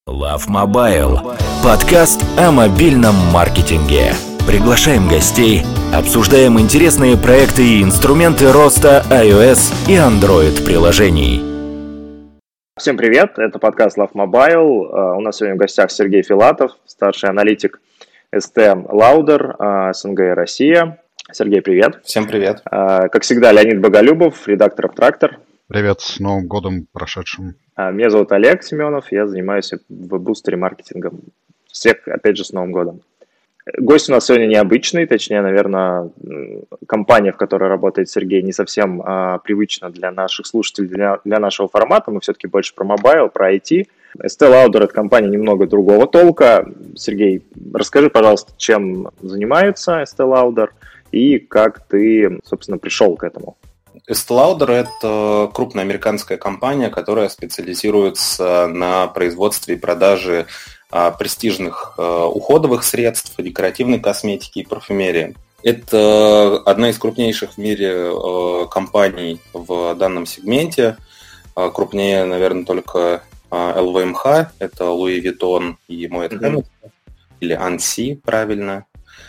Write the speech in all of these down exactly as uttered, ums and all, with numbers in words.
Love Mobile. Подкаст о мобильном маркетинге. Приглашаем гостей, обсуждаем интересные проекты и инструменты роста iOS и Android приложений. Всем привет, это подкаст Love Mobile. У нас сегодня в гостях Сергей Филатов, старший аналитик эс ти Lauder, эс эн гэ и Россия. Сергей, привет. Всем привет. Как всегда, Леонид Боголюбов, редактор Трактор. Привет, с Новым годом прошедшим. Меня зовут Олег Семенов, я занимаюсь в бустере маркетингом. Всех, опять же, с Новым годом. Гость у нас сегодня необычный, точнее, наверное, компания, в которой работает Сергей, не совсем а, привычна для наших слушателей, для, для нашего формата. Мы все-таки больше про мобайл, про ай ти. эс ти Lauder – это компания немного другого толка. Сергей, расскажи, пожалуйста, чем занимается эс ти Lauder и как ты, собственно, пришел к этому. эс ти Lauder – это крупная американская компания, которая специализируется на производстве и продаже престижных уходовых средств, декоративной косметики и парфюмерии. Это одна из крупнейших в мире компаний в данном сегменте. Крупнее, наверное, только эл ви эм эйч, это Louis Vuitton и Moet Hennessy, mm-hmm. или Annecy, правильно.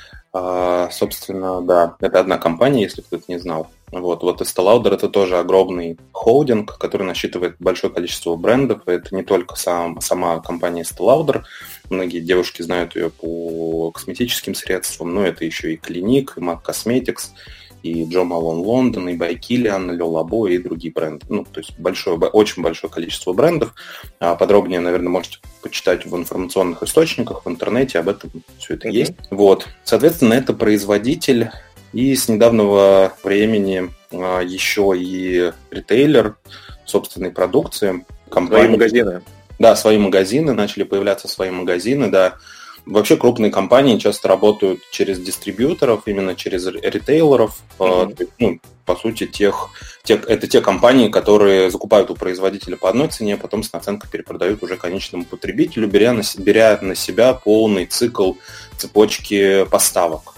Собственно, да, это одна компания, если кто-то не знал. Вот, вот эс ти Lauder – это тоже огромный холдинг, который насчитывает большое количество брендов. Это не только сам, сама компания эс ти Lauder. Многие девушки знают ее по косметическим средствам, но это еще и Clinique, и MAC Cosmetics, и Jo Malone London, и By Kilian, Le Labo и другие бренды. Ну, то есть большое, очень большое количество брендов. Подробнее, наверное, можете почитать в информационных источниках, в интернете, об этом все это mm-hmm. есть. Вот. Соответственно, это производитель и с недавнего времени еще и ритейлер собственной продукции. Компания... Свои магазины. Да, свои магазины, начали появляться свои магазины, да. Вообще крупные компании часто работают через дистрибьюторов, именно через ритейлеров. Mm-hmm. Ну, по сути, тех, тех, это те компании, которые закупают у производителя по одной цене, а потом с наценкой перепродают уже конечному потребителю, беря на, беря на себя полный цикл цепочки поставок.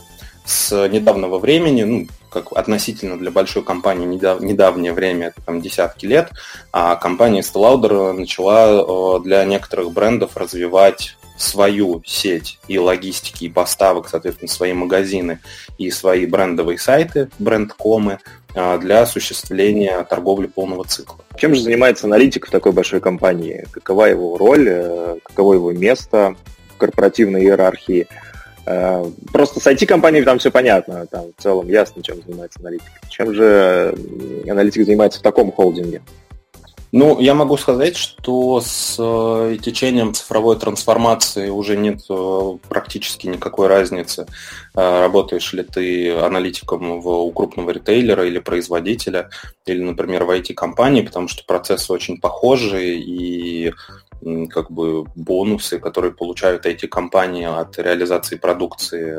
С недавнего времени, ну, как относительно для большой компании недав, недавнее время, это там десятки лет, а компания эс ти Lauder начала для некоторых брендов развивать свою сеть и логистики, и поставок, соответственно, свои магазины и свои брендовые сайты, бренд-комы, для осуществления торговли полного цикла. Чем же занимается аналитик в такой большой компании? Какова его роль, каково его место в корпоративной иерархии? Просто с ай ти-компанией там все понятно, там в целом ясно, чем занимается аналитик. Чем же аналитик занимается в таком холдинге? Ну, я могу сказать, что с течением цифровой трансформации уже нет практически никакой разницы, работаешь ли ты аналитиком в, у крупного ритейлера или производителя, или, например, в ай ти-компании, потому что процессы очень похожи, и как бы бонусы, которые получают ай ти-компании от реализации продукции,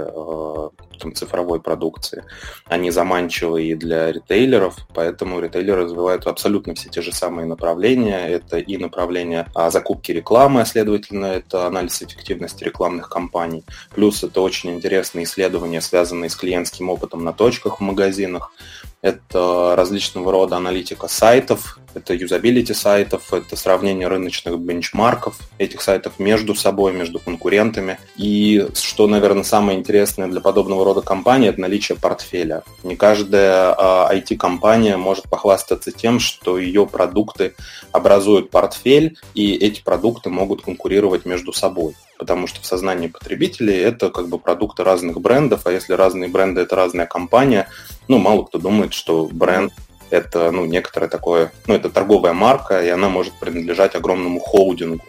там, цифровой продукции, они заманчивые и для ритейлеров, поэтому ритейлеры развивают абсолютно все те же самые направления. Это и направление закупки рекламы, а следовательно, это анализ эффективности рекламных кампаний. Плюс это очень интересные исследования, связанные с клиентским опытом на точках в магазинах. Это различного рода аналитика сайтов, это юзабилити сайтов, это сравнение рыночных бенчмарков этих сайтов между собой, между конкурентами. И что, наверное, самое интересное для подобного рода компаний, это наличие портфеля. Не каждая ай ти-компания может похвастаться тем, что ее продукты образуют портфель, и эти продукты могут конкурировать между собой. Потому что в сознании потребителей это как бы продукты разных брендов, а если разные бренды – это разная компания, ну, мало кто думает, что бренд – это, ну, некоторое такое, ну, это торговая марка, и она может принадлежать огромному холдингу.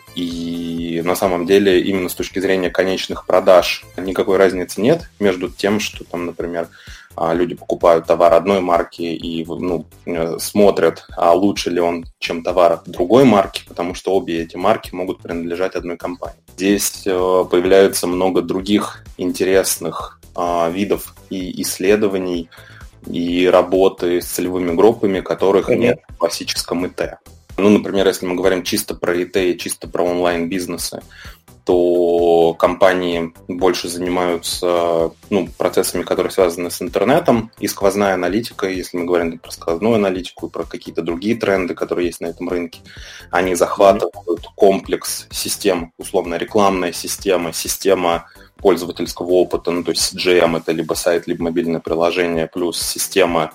И на самом деле именно с точки зрения конечных продаж никакой разницы нет между тем, что там, например, люди покупают товар одной марки и, ну, смотрят, а лучше ли он, чем товар другой марки, потому что обе эти марки могут принадлежать одной компании. Здесь появляется много других интересных видов и исследований, и работы с целевыми группами, которых mm-hmm. нет в классическом ай ти. Ну, например, если мы говорим чисто про ай ти, чисто про онлайн-бизнесы, то компании больше занимаются ну, процессами, которые связаны с интернетом, и сквозная аналитика, если мы говорим про сквозную аналитику и про какие-то другие тренды, которые есть на этом рынке, они захватывают комплекс систем, условно рекламная система, система пользовательского опыта, ну то есть си джей эм это либо сайт, либо мобильное приложение, плюс система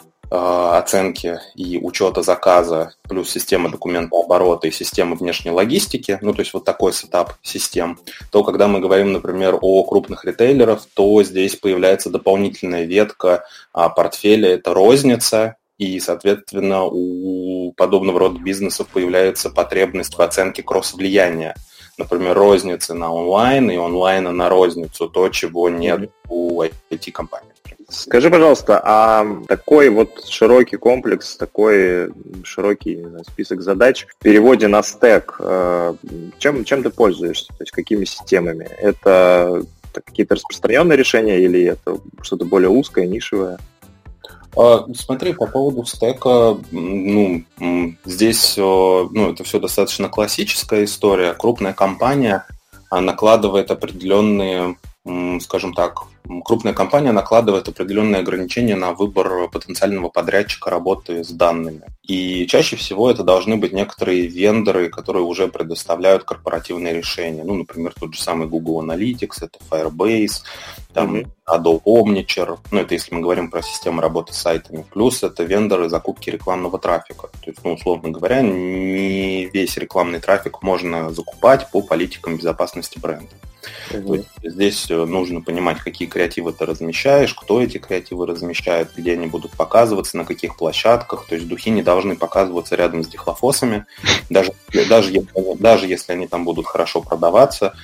оценки и учета заказа, плюс система документооборота и система внешней логистики, ну, то есть вот такой сетап систем, то когда мы говорим, например, о крупных ритейлерах, то здесь появляется дополнительная ветка портфеля, это розница, и, соответственно, у подобного рода бизнесов появляется потребность в оценке кросс-влияния. Например, розницы на онлайн и онлайна на розницу, то, чего нет mm-hmm. у ай ти-компаний. Скажи, пожалуйста, а такой вот широкий комплекс, такой широкий не знаю, список задач в переводе на стэк, чем, чем ты пользуешься? То есть какими системами? Это какие-то распространенные решения или это что-то более узкое, нишевое? Смотри, по поводу стека, ну, здесь ну, это все достаточно классическая история. Крупная компания накладывает определенные, скажем так, крупная компания накладывает определенные ограничения на выбор потенциального подрядчика работы с данными. И чаще всего это должны быть некоторые вендоры, которые уже предоставляют корпоративные решения. Ну, например, тот же самый Google Analytics, это Firebase, там mm-hmm. Adobe Omniture, ну, это если мы говорим про систему работы с сайтами. Плюс это вендоры закупки рекламного трафика. То есть, ну, условно говоря, не весь рекламный трафик можно закупать по политикам безопасности бренда. Mm-hmm. То есть здесь нужно понимать, какие креативы ты размещаешь, кто эти креативы размещает, где они будут показываться, на каких площадках. То есть духи не должны показываться рядом с дихлофосами, даже, даже, если, даже если они там будут хорошо продаваться.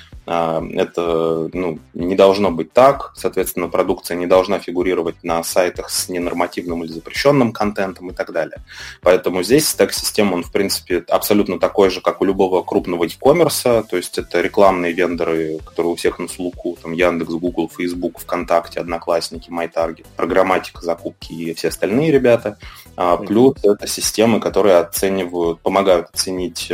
Это ну, не должно быть так. Соответственно, продукция не должна фигурировать на сайтах с ненормативным или запрещенным контентом и так далее. Поэтому здесь стек-система, он, в принципе, абсолютно такой же, как у любого крупного e-commerce. То есть это рекламные вендоры, которые у всех на слуху, там Яндекс, Google, Facebook, ВКонтакте, Одноклассники, MyTarget, программатика, закупки и все остальные ребята. Плюс это системы, которые оценивают, помогают оценить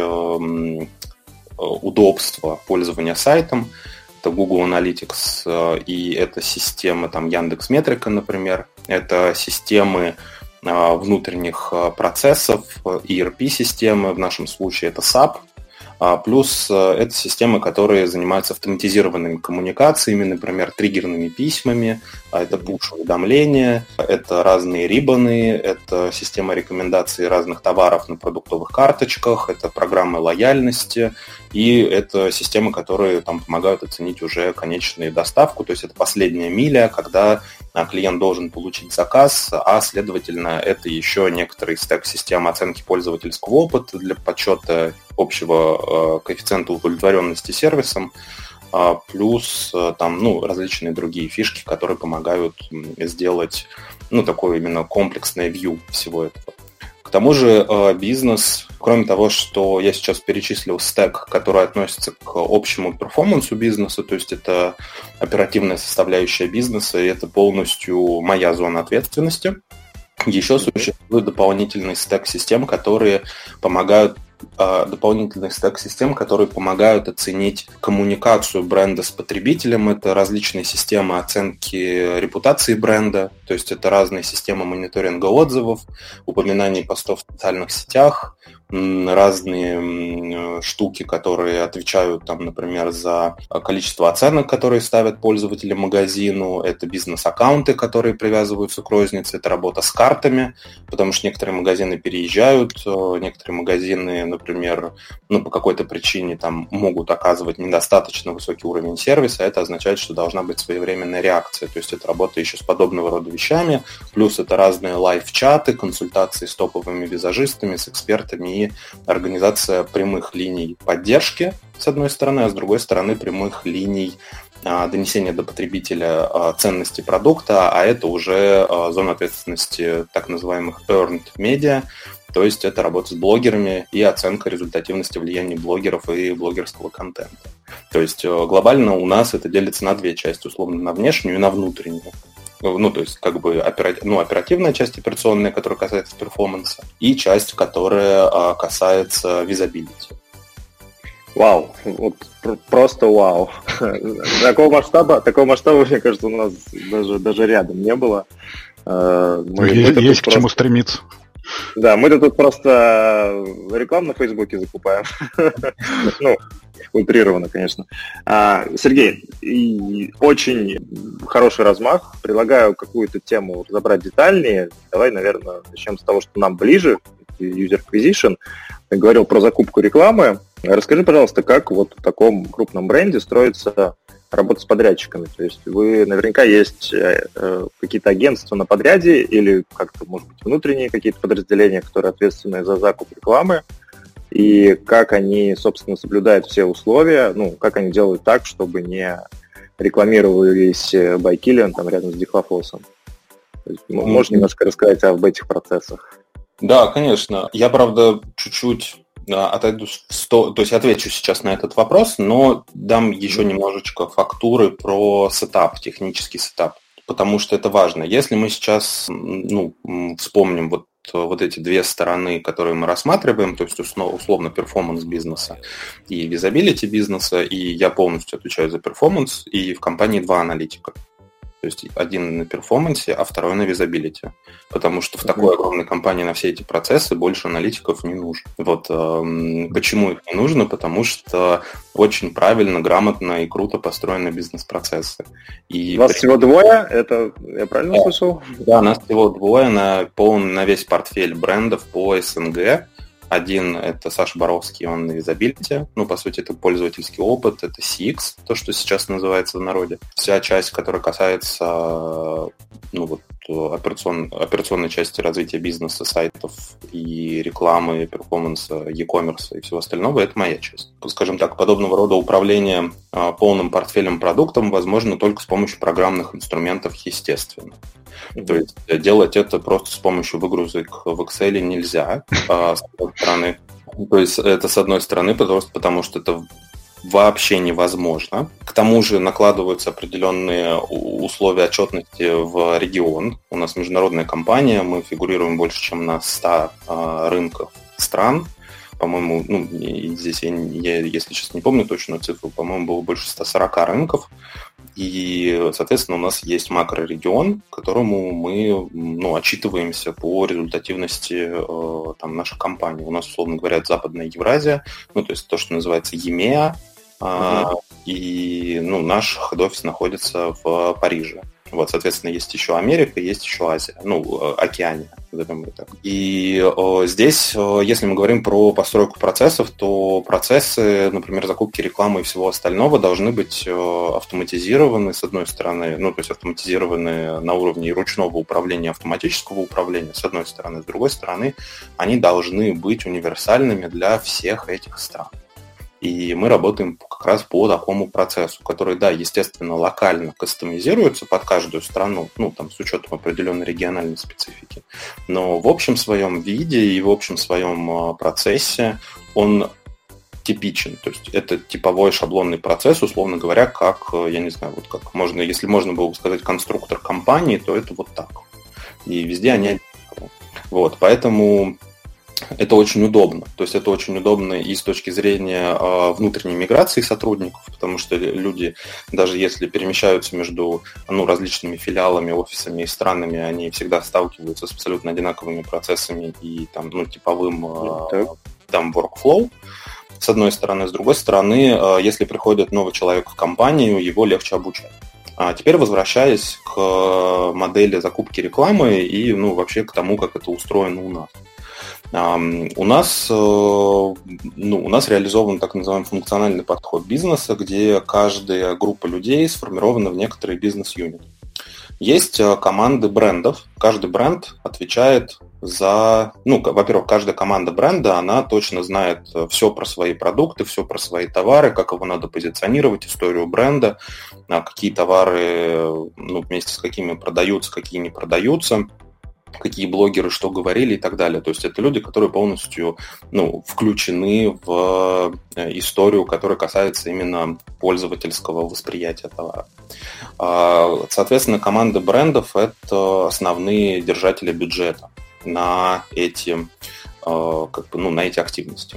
удобство пользования сайтом. Это Google Analytics и это системы там Яндекс.Метрика, например. Это системы внутренних процессов, и эр пи-системы, в нашем случае это сап. Плюс это системы, которые занимаются автоматизированными коммуникациями, например, триггерными письмами, это пуш-уведомления, это разные риббоны, это система рекомендаций разных товаров на продуктовых карточках, это программы лояльности, и это системы, которые там помогают оценить уже конечную доставку, то есть это последняя миля, когда клиент должен получить заказ, а следовательно это еще некоторый стек систем оценки пользовательского опыта для подсчета общего коэффициента удовлетворенности сервисом, плюс там, ну, различные другие фишки, которые помогают сделать ну, такое именно комплексное вью всего этого. К тому же бизнес, кроме того, что я сейчас перечислил стек, который относится к общему перформансу бизнеса, то есть это оперативная составляющая бизнеса, и это полностью моя зона ответственности, еще существует дополнительный стек систем, которые помогают дополнительный стек систем, которые помогают оценить коммуникацию бренда с потребителем. Это различные системы оценки репутации бренда, то есть это разные системы мониторинга отзывов, упоминаний постов в социальных сетях, разные штуки, которые отвечают, там, например, за количество оценок, которые ставят пользователи магазину, это бизнес-аккаунты, которые привязываются к рознице, это работа с картами, потому что некоторые магазины переезжают, некоторые магазины, например, ну, по какой-то причине там могут оказывать недостаточно высокий уровень сервиса, это означает, что должна быть своевременная реакция, то есть это работа еще с подобного рода вещами, плюс это разные лайв-чаты, консультации с топовыми визажистами, с экспертами и организация прямых линий поддержки, с одной стороны, а с другой стороны прямых линий донесения до потребителя ценности продукта, а это уже зона ответственности так называемых earned media, то есть это работа с блогерами и оценка результативности влияния блогеров и блогерского контента. То есть глобально у нас это делится на две части, условно на внешнюю и на внутреннюю. Ну, то есть, как бы оператив, ну, оперативная часть операционная, которая касается перформанса, и часть, которая а, касается визабилити. Вау, вот просто вау. Такого масштаба, такого масштаба, мне кажется, у нас даже, даже рядом не было. Мы, есть есть к просто... чему стремиться. Да, мы-то тут просто рекламу на Фейсбуке закупаем. Ну, утрированно, конечно. Сергей, очень хороший размах. Предлагаю какую-то тему разобрать детальнее. Давай, наверное, начнем с того, что нам ближе. User Acquisition. Ты говорил про закупку рекламы. Расскажи, пожалуйста, как вот в таком крупном бренде строится работа с подрядчиками? То есть вы наверняка есть э, какие-то агентства на подряде или как-то, может быть, внутренние какие-то подразделения, которые ответственны за закуп рекламы, и как они, собственно, соблюдают все условия, ну, как они делают так, чтобы не рекламировались Байкиллиан там рядом с Дихлофосом. Mm-hmm. Можешь немножко рассказать об этих процессах? Да, конечно. Я, правда, чуть-чуть отойду в сто... То есть отвечу сейчас на этот вопрос, но дам еще немножечко фактуры про сетап, технический сетап, потому что это важно. Если мы сейчас ну, вспомним вот, вот эти две стороны, которые мы рассматриваем, то есть условно перформанс бизнеса и визабилити бизнеса, и я полностью отвечаю за перформанс, и в компании два аналитика. То есть один на перформансе, а второй на визабилити. Потому что в такой огромной компании на все эти процессы больше аналитиков не нужно. Вот э, почему их не нужно? Потому что очень правильно, грамотно и круто построены бизнес-процессы. И у вас при... всего двое? Это я правильно да. слышал? Да, у нас всего двое на, полный, на весь портфель брендов по СНГ. Один – это Саша Боровский, он на визабилити. Ну, по сути, это пользовательский опыт, это си экс, то, что сейчас называется в народе. Вся часть, которая касается ну, вот, операцион... операционной части развития бизнеса, сайтов и рекламы, перформанса, e-commerce и всего остального, это моя часть. Скажем так, подобного рода управление полным портфелем продуктом возможно только с помощью программных инструментов, естественно. То есть делать это просто с помощью выгрузок в Excel нельзя, а, с одной стороны. То есть это с одной стороны, потому, потому что это вообще невозможно. К тому же накладываются определенные условия отчетности в регион. У нас международная компания, мы фигурируем больше, чем на ста а, рынках стран. По-моему, ну, здесь я, я, если сейчас не помню точную цифру, по-моему, было больше ста сорока рынков. И, соответственно, у нас есть макрорегион, которому мы ну, отчитываемся по результативности э, там, нашей компании. У нас, условно говоря, Западная Евразия, ну, то есть то, что называется ЕМЕА, э, mm-hmm. и ну, наш хед-офис находится в Париже. Вот, соответственно, есть еще Америка, есть еще Азия, ну, Океания, назовем так. И э, здесь, э, если мы говорим про постройку процессов, то процессы, например, закупки рекламы и всего остального должны быть э, автоматизированы, с одной стороны, ну, то есть автоматизированы на уровне ручного управления, автоматического управления, с одной стороны, с другой стороны, они должны быть универсальными для всех этих стран. И мы работаем как раз по такому процессу, который, да, естественно, локально кастомизируется под каждую страну, ну, там, с учетом определенной региональной специфики. Но в общем своем виде и в общем своем процессе он типичен. То есть это типовой шаблонный процесс, условно говоря, как, я не знаю, вот как можно, если можно было бы сказать, конструктор компании, то это вот так. И везде они одинаковые. Вот, поэтому... Это очень удобно. То есть это очень удобно и с точки зрения э, внутренней миграции сотрудников, потому что люди, даже если перемещаются между ну, различными филиалами, офисами и странами, они всегда сталкиваются с абсолютно одинаковыми процессами и там, ну, типовым э, там, workflow. С одной стороны. С другой стороны, э, если приходит новый человек в компанию, его легче обучать. А теперь возвращаясь к модели закупки рекламы и ну, вообще к тому, как это устроено у нас. Um, у нас, uh, ну, у нас реализован так называемый функциональный подход бизнеса, где каждая группа людей сформирована в некоторые бизнес-юниты. Есть uh, команды брендов. Каждый бренд отвечает за... Ну, во-первых, каждая команда бренда, она точно знает все про свои продукты, все про свои товары, как его надо позиционировать, историю бренда, какие товары ну, вместе с какими продаются, какие не продаются, какие блогеры что говорили и так далее. То есть это люди, которые полностью ну, включены в историю, которая касается именно пользовательского восприятия товара. Соответственно, команды брендов – это основные держатели бюджета на эти, как бы, ну, на эти активности.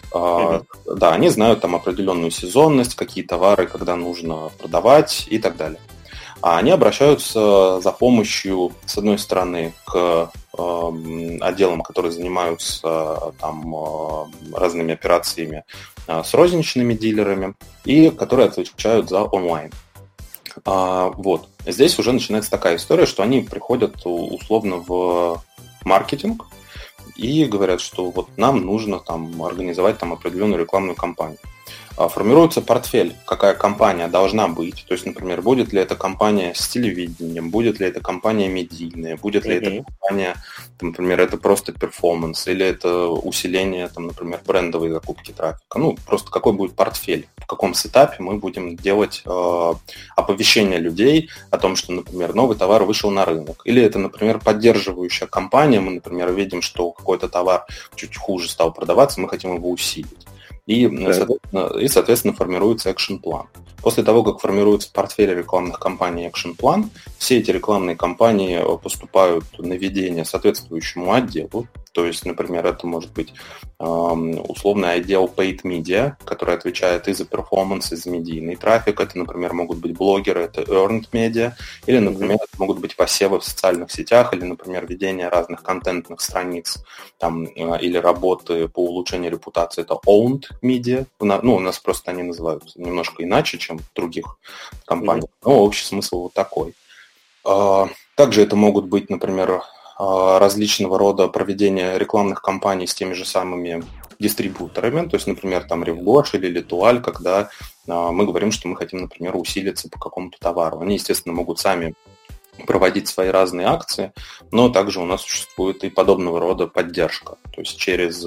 Mm-hmm. Да, они знают там определенную сезонность, какие товары, когда нужно продавать и так далее. А они обращаются за помощью, с одной стороны, к э, отделам, которые занимаются там, э, разными операциями э, с розничными дилерами и которые отвечают за онлайн. А, вот. Здесь уже начинается такая история, что они приходят условно в маркетинг и говорят, что вот нам нужно там, организовать там, определенную рекламную кампанию. Формируется портфель, какая компания должна быть. То есть, например, будет ли эта компания с телевидением, будет ли эта компания медийная, будет ли mm-hmm. эта компания, там, например, это просто перформанс, или это усиление, там, например, брендовой закупки трафика. Ну, просто какой будет портфель, в каком сетапе мы будем делать э, оповещение людей о том, что, например, новый товар вышел на рынок. Или это, например, поддерживающая компания, мы, например, видим, что какой-то товар чуть хуже стал продаваться, мы хотим его усилить. И, соответственно, и, соответственно, формируется экшн-план. После того, как формируется портфель рекламных кампаний экшн-план, все эти рекламные кампании поступают на ведение соответствующему отделу. То есть, например, это может быть э, условный отдел Paid Media, который отвечает и за перформанс, и за медийный трафик. Это, например, могут быть блогеры, это Earned Media, или, например, mm-hmm. это могут быть посевы в социальных сетях, или, например, ведение разных контентных страниц, там, э, или работы по улучшению репутации, это Owned Media. Ну, у нас просто они называются немножко иначе, чем в других компаниях, mm-hmm. но общий смысл вот такой. Э, также это могут быть, например, различного рода проведения рекламных кампаний с теми же самыми дистрибьюторами, то есть, например, там Ревгош или Литуаль, когда мы говорим, что мы хотим, например, усилиться по какому-то товару. Они, естественно, могут сами проводить свои разные акции, но также у нас существует и подобного рода поддержка, то есть через,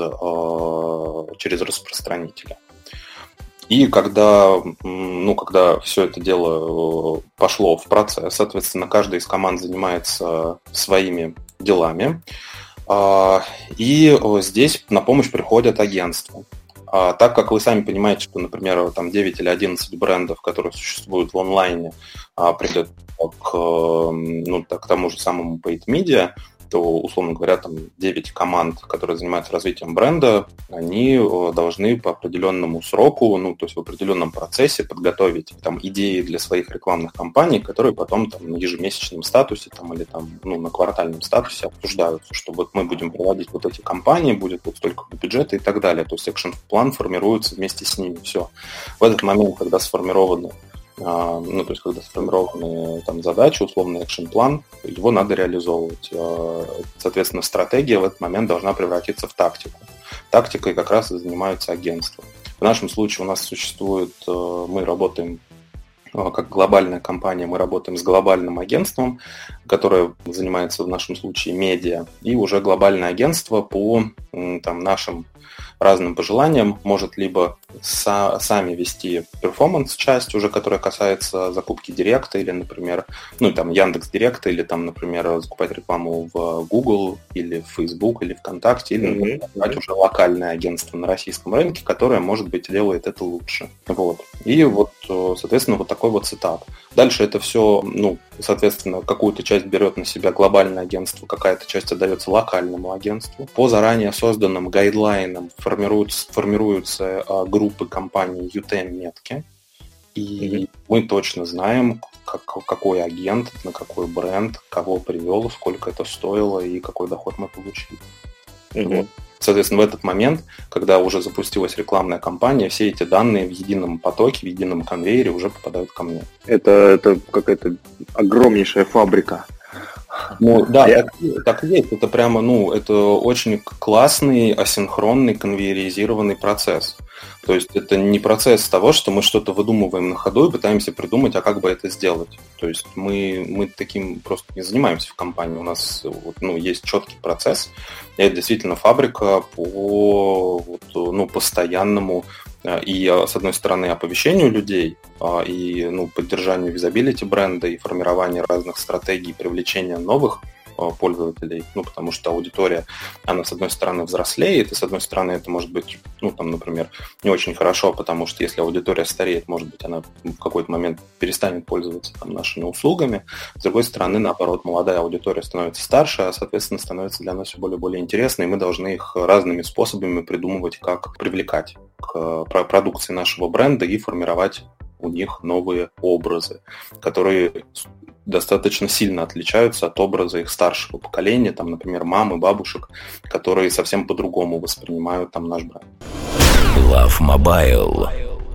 через распространителя. И когда, ну, когда все это дело пошло в процесс, соответственно, каждая из команд занимается своими делами. И здесь на помощь приходят агентства. Так как вы сами понимаете, что, например, там девять или одиннадцать брендов, которые существуют в онлайне, придет к, ну, к тому же самому Paid Media, то, условно говоря, там девять команд, которые занимаются развитием бренда, они должны по определенному сроку, ну, то есть в определенном процессе подготовить там идеи для своих рекламных кампаний, которые потом там на ежемесячном статусе там, или там, ну, на квартальном статусе обсуждаются, что вот мы будем проводить вот эти кампании, будет вот столько бюджета и так далее. То есть экшн-план формируется вместе с ними. Все. В этот момент, когда сформированы ну, то есть, когда сформированы там задачи, условный экшн-план, его надо реализовывать. Соответственно, стратегия в этот момент должна превратиться в тактику. Тактикой как раз и занимаются агентства. В нашем случае у нас существует, мы работаем как глобальная компания, мы работаем с глобальным агентством, которое занимается в нашем случае медиа, и уже глобальное агентство по там, нашим разным пожеланиям может либо са- сами вести перформанс-часть, уже которая касается закупки Директа, или, например, ну, там, Яндекс.Директа, или, там, например, закупать рекламу в Google, или в Facebook, или ВКонтакте, или, например, mm-hmm. уже локальное агентство на российском рынке, которое, может быть, делает это лучше. Вот. И вот, соответственно, вот такой вот сетап. Дальше это все, ну, соответственно, какую-то часть берет на себя глобальное агентство, какая-то часть отдается локальному агентству. По заранее созданным гайдлайнам формируются, формируются а, группы компаний ю ти эм-метки, и mm-hmm. мы точно знаем, как, какой агент, на какой бренд, кого привел, сколько это стоило и какой доход мы получили. Mm-hmm. Вот. Соответственно, в этот момент, когда уже запустилась рекламная кампания, все эти данные в едином потоке, в едином конвейере уже попадают ко мне. Это, это какая-то огромнейшая фабрика. Ну да, Я... так, так и есть. Это прямо, ну, это очень классный, асинхронный, конвейеризированный процесс. То есть это не процесс того, что мы что-то выдумываем на ходу и пытаемся придумать, а как бы это сделать. То есть мы, мы таким просто не занимаемся в компании. У нас вот, ну, есть четкий процесс. И это действительно фабрика по вот, ну, постоянному и, с одной стороны, оповещению людей, и ну, поддержанию визабилити бренда, и формированию разных стратегий привлечения новых пользователей, ну, потому что аудитория, она, с одной стороны, взрослеет, и, с одной стороны, это может быть, ну, там, например, не очень хорошо, потому что если аудитория стареет, может быть, она в какой-то момент перестанет пользоваться там, нашими услугами. С другой стороны, наоборот, молодая аудитория становится старше, а, соответственно, становится для нас все более и более интересной, и мы должны их разными способами придумывать, как привлекать к продукции нашего бренда и формировать у них новые образы, которые достаточно сильно отличаются от образа их старшего поколения, там, например, мам и бабушек, которые совсем по-другому воспринимают там наш бренд. Love Mobile.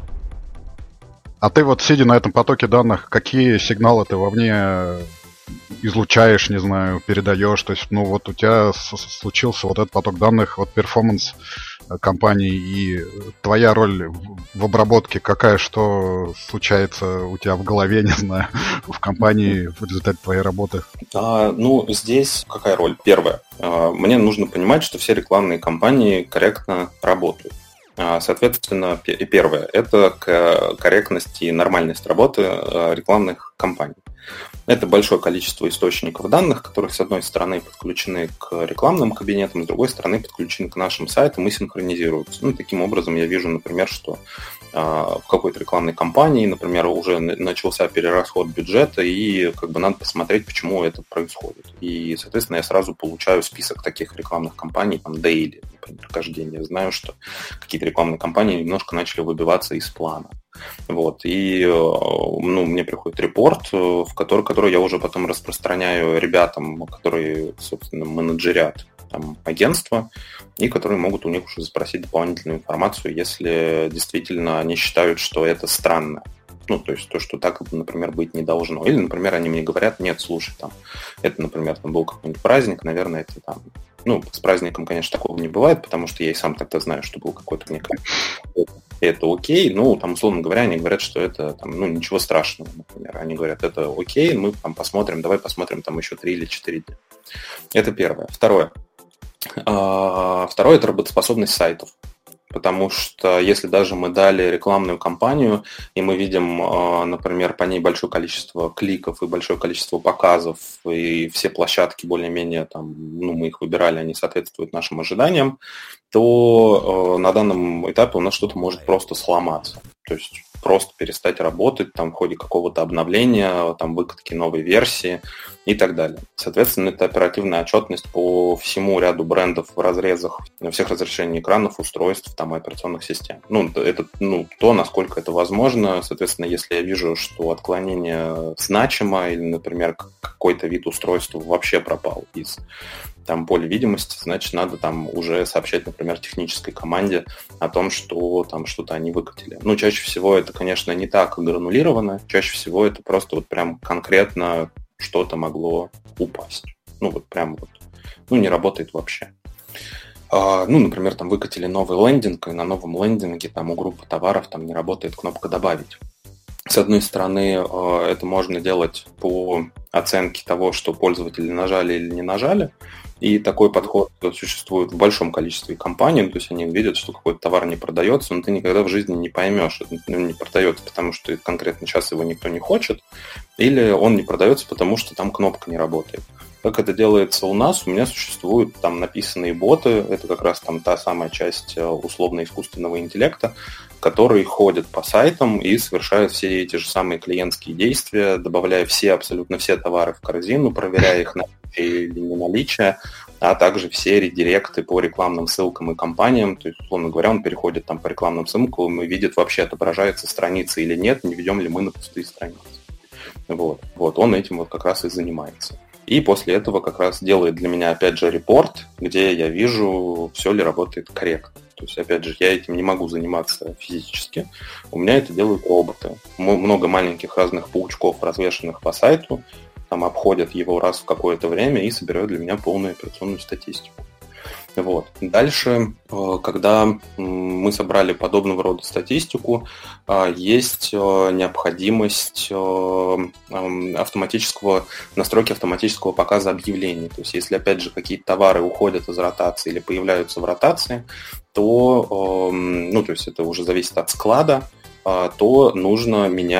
А ты вот, сидя на этом потоке данных, какие сигналы ты вовне излучаешь, не знаю, передаешь? То есть, ну вот у тебя случился вот этот поток данных, вот перформанс компании, и твоя роль в обработке какая, что случается у тебя в голове, не знаю, в компании в результате твоей работы? А, ну, здесь какая роль? Первое. Мне нужно понимать, что все рекламные кампании корректно работают. Соответственно, первое – это корректность и нормальность работы рекламных кампаний. Это большое количество источников данных, которые, с одной стороны, подключены к рекламным кабинетам, с другой стороны, подключены к нашим сайтам и синхронизируются. Ну, таким образом, я вижу, например, что э, в какой-то рекламной кампании, например, уже начался перерасход бюджета, и как бы надо посмотреть, почему это происходит. И, соответственно, я сразу получаю список таких рекламных кампаний, там, daily, например, каждый день. Я знаю, что какие-то рекламные кампании немножко начали выбиваться из плана. Вот, и ну, мне приходит репорт, в который, который я уже потом распространяю ребятам, которые, собственно, менеджерят там агентства, и которые могут у них уже запросить дополнительную информацию, если действительно они считают, что это странно. Ну, то есть то, что так, например, быть не должно. Или, например, они мне говорят, нет, слушай, там, это, например, там был какой-нибудь праздник, наверное, это там, ну, с праздником, конечно, такого не бывает, потому что я и сам тогда знаю, что был какой-то мне это окей, ну, там, условно говоря, они говорят, что это, там, ну, ничего страшного, например. Они говорят, это окей, мы там посмотрим, давай посмотрим там еще три или четыре дня. Это первое. Второе. Второе – это работоспособность сайтов. Потому что если даже мы дали рекламную кампанию, и мы видим, например, по ней большое количество кликов и большое количество показов, и все площадки более-менее, там, ну, мы их выбирали, они соответствуют нашим ожиданиям, то на данном этапе у нас что-то может просто сломаться. То есть просто перестать работать там, в ходе какого-то обновления, там, выкатки новой версии и так далее. Соответственно, это оперативная отчетность по всему ряду брендов в разрезах всех разрешений экранов, устройств там, и операционных систем. Ну, это ну, то, насколько это возможно. Соответственно, если я вижу, что отклонение значимо, или, например, какой-то вид устройства вообще пропал из там поле видимости, значит, надо там уже сообщать, например, технической команде о том, что там что-то они выкатили. Ну, чаще всего это, конечно, не так гранулировано, чаще всего это просто вот прям конкретно что-то могло упасть. Ну, вот прям вот, ну, не работает вообще. А, ну, например, там выкатили новый лендинг, и на новом лендинге там у группы товаров там не работает кнопка «Добавить». С одной стороны, это можно делать по оценке того, что пользователи нажали или не нажали, и такой подход существует в большом количестве компаний, то есть они видят, что какой-то товар не продается, но ты никогда в жизни не поймешь, он не продается, потому что конкретно сейчас его никто не хочет, или он не продается, потому что там кнопка не работает. Как это делается у нас? У меня существуют там написанные боты, это как раз там та самая часть условно-искусственного интеллекта, которые ходят по сайтам и совершают все эти же самые клиентские действия, добавляя все, абсолютно все товары в корзину, проверяя их наличие или не наличие, а также все редиректы по рекламным ссылкам и компаниям. То есть, условно говоря, он переходит там по рекламным ссылкам и видит, вообще отображается страница или нет, не ведем ли мы на пустые страницы. Вот. Вот, он этим вот как раз и занимается. И после этого как раз делает для меня, опять же, репорт, где я вижу, все ли работает корректно. То есть, опять же, я этим не могу заниматься физически. У меня это делают роботы. Много маленьких разных паучков, развешанных по сайту, там обходят его раз в какое-то время и собирают для меня полную операционную статистику. Вот. Дальше, когда мы собрали подобного рода статистику, есть необходимость автоматического, настройки автоматического показа объявлений. То есть, если, опять же, какие-то товары уходят из ротации или появляются в ротации, то, ну, то есть это уже зависит от склада, то нужно менять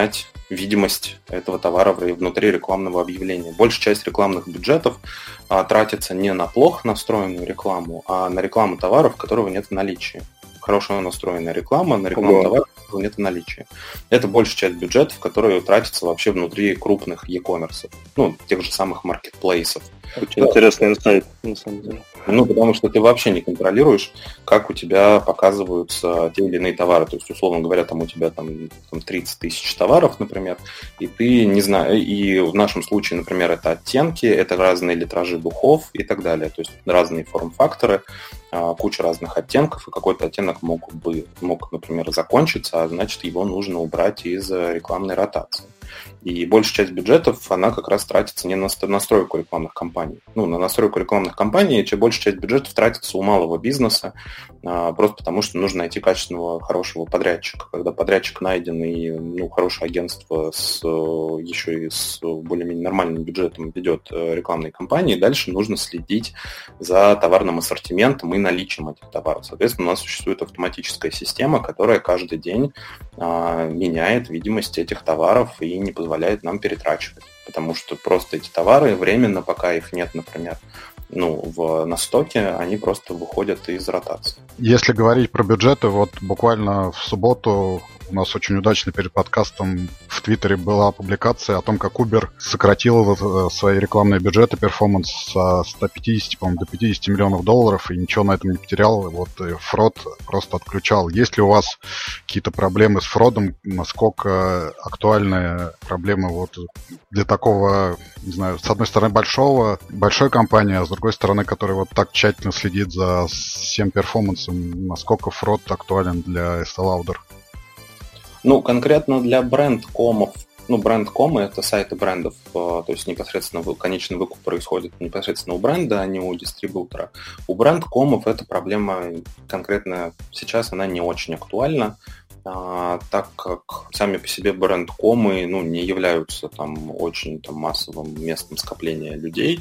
видимость этого товара внутри рекламного объявления. Большая часть рекламных бюджетов а, тратится не на плохо настроенную рекламу, а на рекламу товаров, которого нет в наличии. Хорошо настроенная реклама на рекламу товара, которого нет в наличии. Это большая часть бюджетов, которые тратятся вообще внутри крупных e-commerce, ну, тех же самых маркетплейсов. Очень да. Интересный инсайт, на самом деле. Ну, потому что ты вообще не контролируешь, как у тебя показываются те или иные товары. То есть, условно говоря, там у тебя там, там тридцать тысяч товаров, например, и ты не знаешь, и в нашем случае, например, это оттенки, это разные литражи духов и так далее. То есть разные форм-факторы, куча разных оттенков, и какой-то оттенок мог бы, мог, например, закончиться, а значит, его нужно убрать из рекламной ротации. И большая часть бюджетов, она как раз тратится не на настройку рекламных кампаний. Ну, на настройку рекламных кампаний, чем большая часть бюджетов тратится у малого бизнеса, а, просто потому что нужно найти качественного, хорошего подрядчика. Когда подрядчик найден и ну, хорошее агентство с, еще и с более-менее нормальным бюджетом ведет рекламные кампании, дальше нужно следить за товарным ассортиментом и наличием этих товаров. Соответственно, у нас существует автоматическая система, которая каждый день а, меняет видимость этих товаров и не позволяет нам перетрачивать. Потому что просто эти товары временно, пока их нет, например, ну, в, на стоке, они просто выходят из ротации. Если говорить про бюджеты, вот буквально в субботу у нас очень удачно перед подкастом в Твиттере была публикация о том, как Uber сократил свои рекламные бюджеты, перформанс со ста пятидесяти, по-моему, до пятидесяти миллионов долларов, и ничего на этом не потерял. Вот фрод просто отключал. Есть ли у вас какие-то проблемы с фродом? Насколько актуальны проблемы вот для такого, не знаю, с одной стороны большого, большой компании, а с другой стороны, которая вот так тщательно следит за всем перформансом, насколько фрод актуален для Estée Lauder? Ну, конкретно для бренд-комов, ну, бренд-комы — это сайты брендов, то есть непосредственно конечный выкуп происходит непосредственно у бренда, а не у дистрибьютора. У бренд-комов эта проблема конкретно сейчас, она не очень актуальна, а, так как сами по себе бренд-комы, ну, не являются там очень там, массовым местом скопления людей.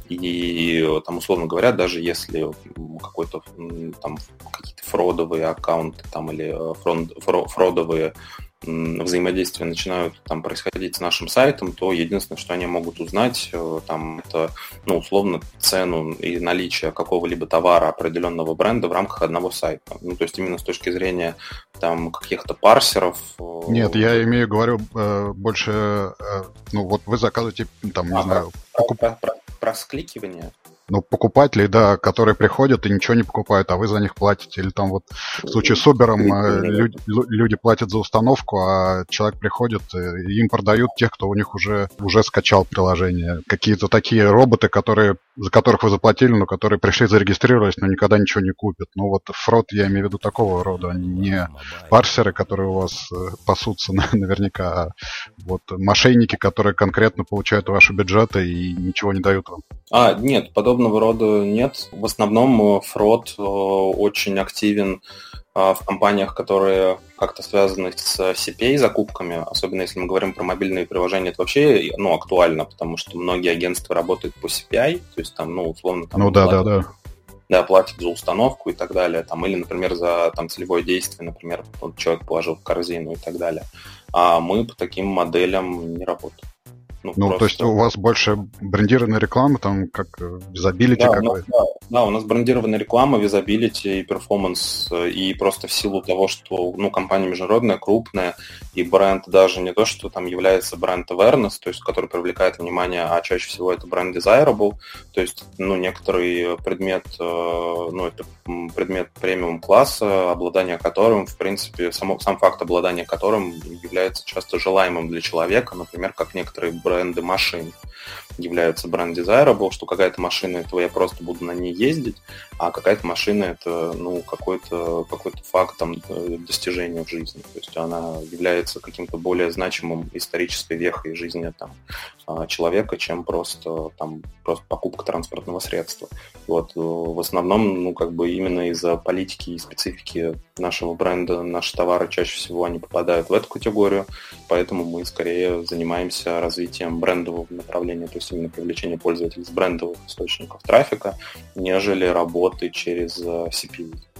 И там, условно говоря, даже если какой-то там какие-то фродовые аккаунты там, или фронд, фродовые взаимодействия начинают там происходить с нашим сайтом, то единственное, что они могут узнать, там, это, ну, условно, цену и наличие какого-либо товара определенного бренда в рамках одного сайта. Ну, то есть именно с точки зрения там каких-то парсеров. Нет, я имею, говорю, больше, ну, вот вы заказываете, там, не а, знаю, про, покуп... про, про, про скликивание. Ну, покупателей, да, которые приходят и ничего не покупают, а вы за них платите. Или там вот в случае с Uber люди, люди платят за установку, а человек приходит, и им продают тех, кто у них уже, уже скачал приложение. Какие-то такие роботы, которые, за которых вы заплатили, но которые пришли, зарегистрировались, но никогда ничего не купят. Ну вот фрод, я имею в виду такого рода, они не парсеры, которые у вас пасутся наверняка, а вот мошенники, которые конкретно получают ваши бюджеты и ничего не дают вам. А, нет, подобного рода нет. В основном фрод очень активен в компаниях, которые как-то связаны с си пи эй закупками, особенно если мы говорим про мобильные приложения, это вообще, ну, актуально, потому что многие агентства работают по си пи ай, то есть там, ну, условно, там, ну, да, платят, да, да. Да, платят за установку и так далее, там, или, например, за там, целевое действие, например, вот человек положил в корзину и так далее. А мы по таким моделям не работаем. Ну, ну просто... то есть у вас больше брендированная реклама, там, как визабилити да, какой-то? Да, да, у нас брендированная реклама, визабилити и перформанс, и просто в силу того, что, ну, компания международная, крупная, и бренд даже не то, что там является бренд awareness, то есть, который привлекает внимание, а чаще всего это бренд desirable, то есть, ну, некоторый предмет, ну, это предмет премиум-класса, обладание которым, в принципе, само, сам факт обладания которым является часто желаемым для человека, например, как некоторые бренды машин являются бренд desirable, что какая-то машина, это я просто буду на ней ездить, а какая-то машина это, ну, какой-то, какой-то факт там, достижения в жизни. То есть она является каким-то более значимым исторической вехой жизни там, человека, чем просто, там, просто покупка транспортного средства. Вот. В основном, ну, как бы именно из-за политики и специфики нашего бренда наши товары чаще всего они попадают в эту категорию, поэтому мы скорее занимаемся развитием брендового направления, то есть именно привлечение пользователей с брендовых источников трафика, нежели работы через си пи эй.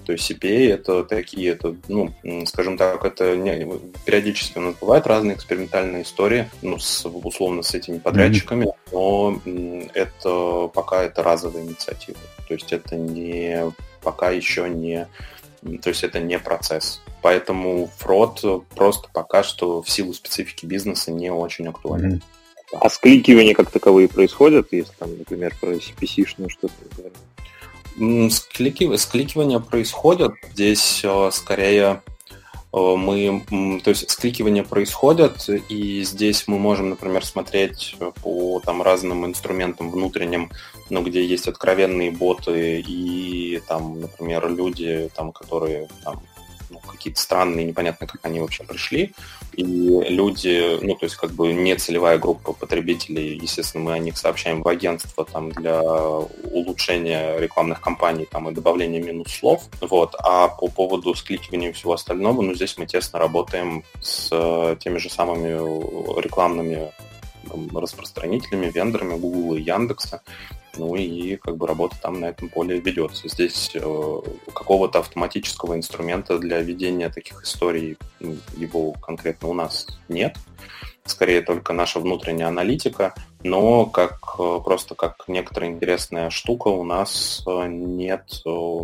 То есть си пи эй это такие, это, ну, скажем так, это не, периодически у нас бывают разные экспериментальные истории, ну, с, условно, с этими подрядчиками, mm-hmm. но это пока это разовая инициатива. То есть это не, пока еще не, то есть это не процесс. Поэтому фрод просто пока что в силу специфики бизнеса не очень актуален. Mm-hmm. А скликивания как таковые происходят, если там, например, про си пи си-шную что-то говорить? Склики... Скликивания происходят. Здесь э, скорее э, мы... То есть скликивания происходят, и здесь мы можем, например, смотреть по там, разным инструментам внутренним, ну, где есть откровенные боты и, там, например, люди, там, которые... Там, ну, какие-то странные, непонятно, как они вообще пришли, и люди, ну, то есть, как бы не целевая группа потребителей, естественно, мы о них сообщаем в агентство там для улучшения рекламных кампаний там и добавления минус-слов, вот, а по поводу скликивания и всего остального, ну, здесь мы тесно работаем с теми же самыми рекламными там, распространителями, вендорами Google и Яндекса. Ну и как бы работа там на этом поле ведется. Здесь э, какого-то автоматического инструмента для ведения таких историй, ну, его конкретно у нас нет. Скорее только наша внутренняя аналитика, но как, просто как некоторая интересная штука у нас нет,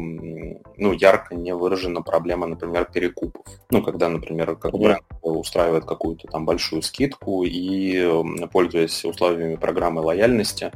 ну, ярко не выражена проблема, например, перекупов. Ну, когда, например, как бренд устраивает какую-то там большую скидку и, пользуясь условиями программы лояльности,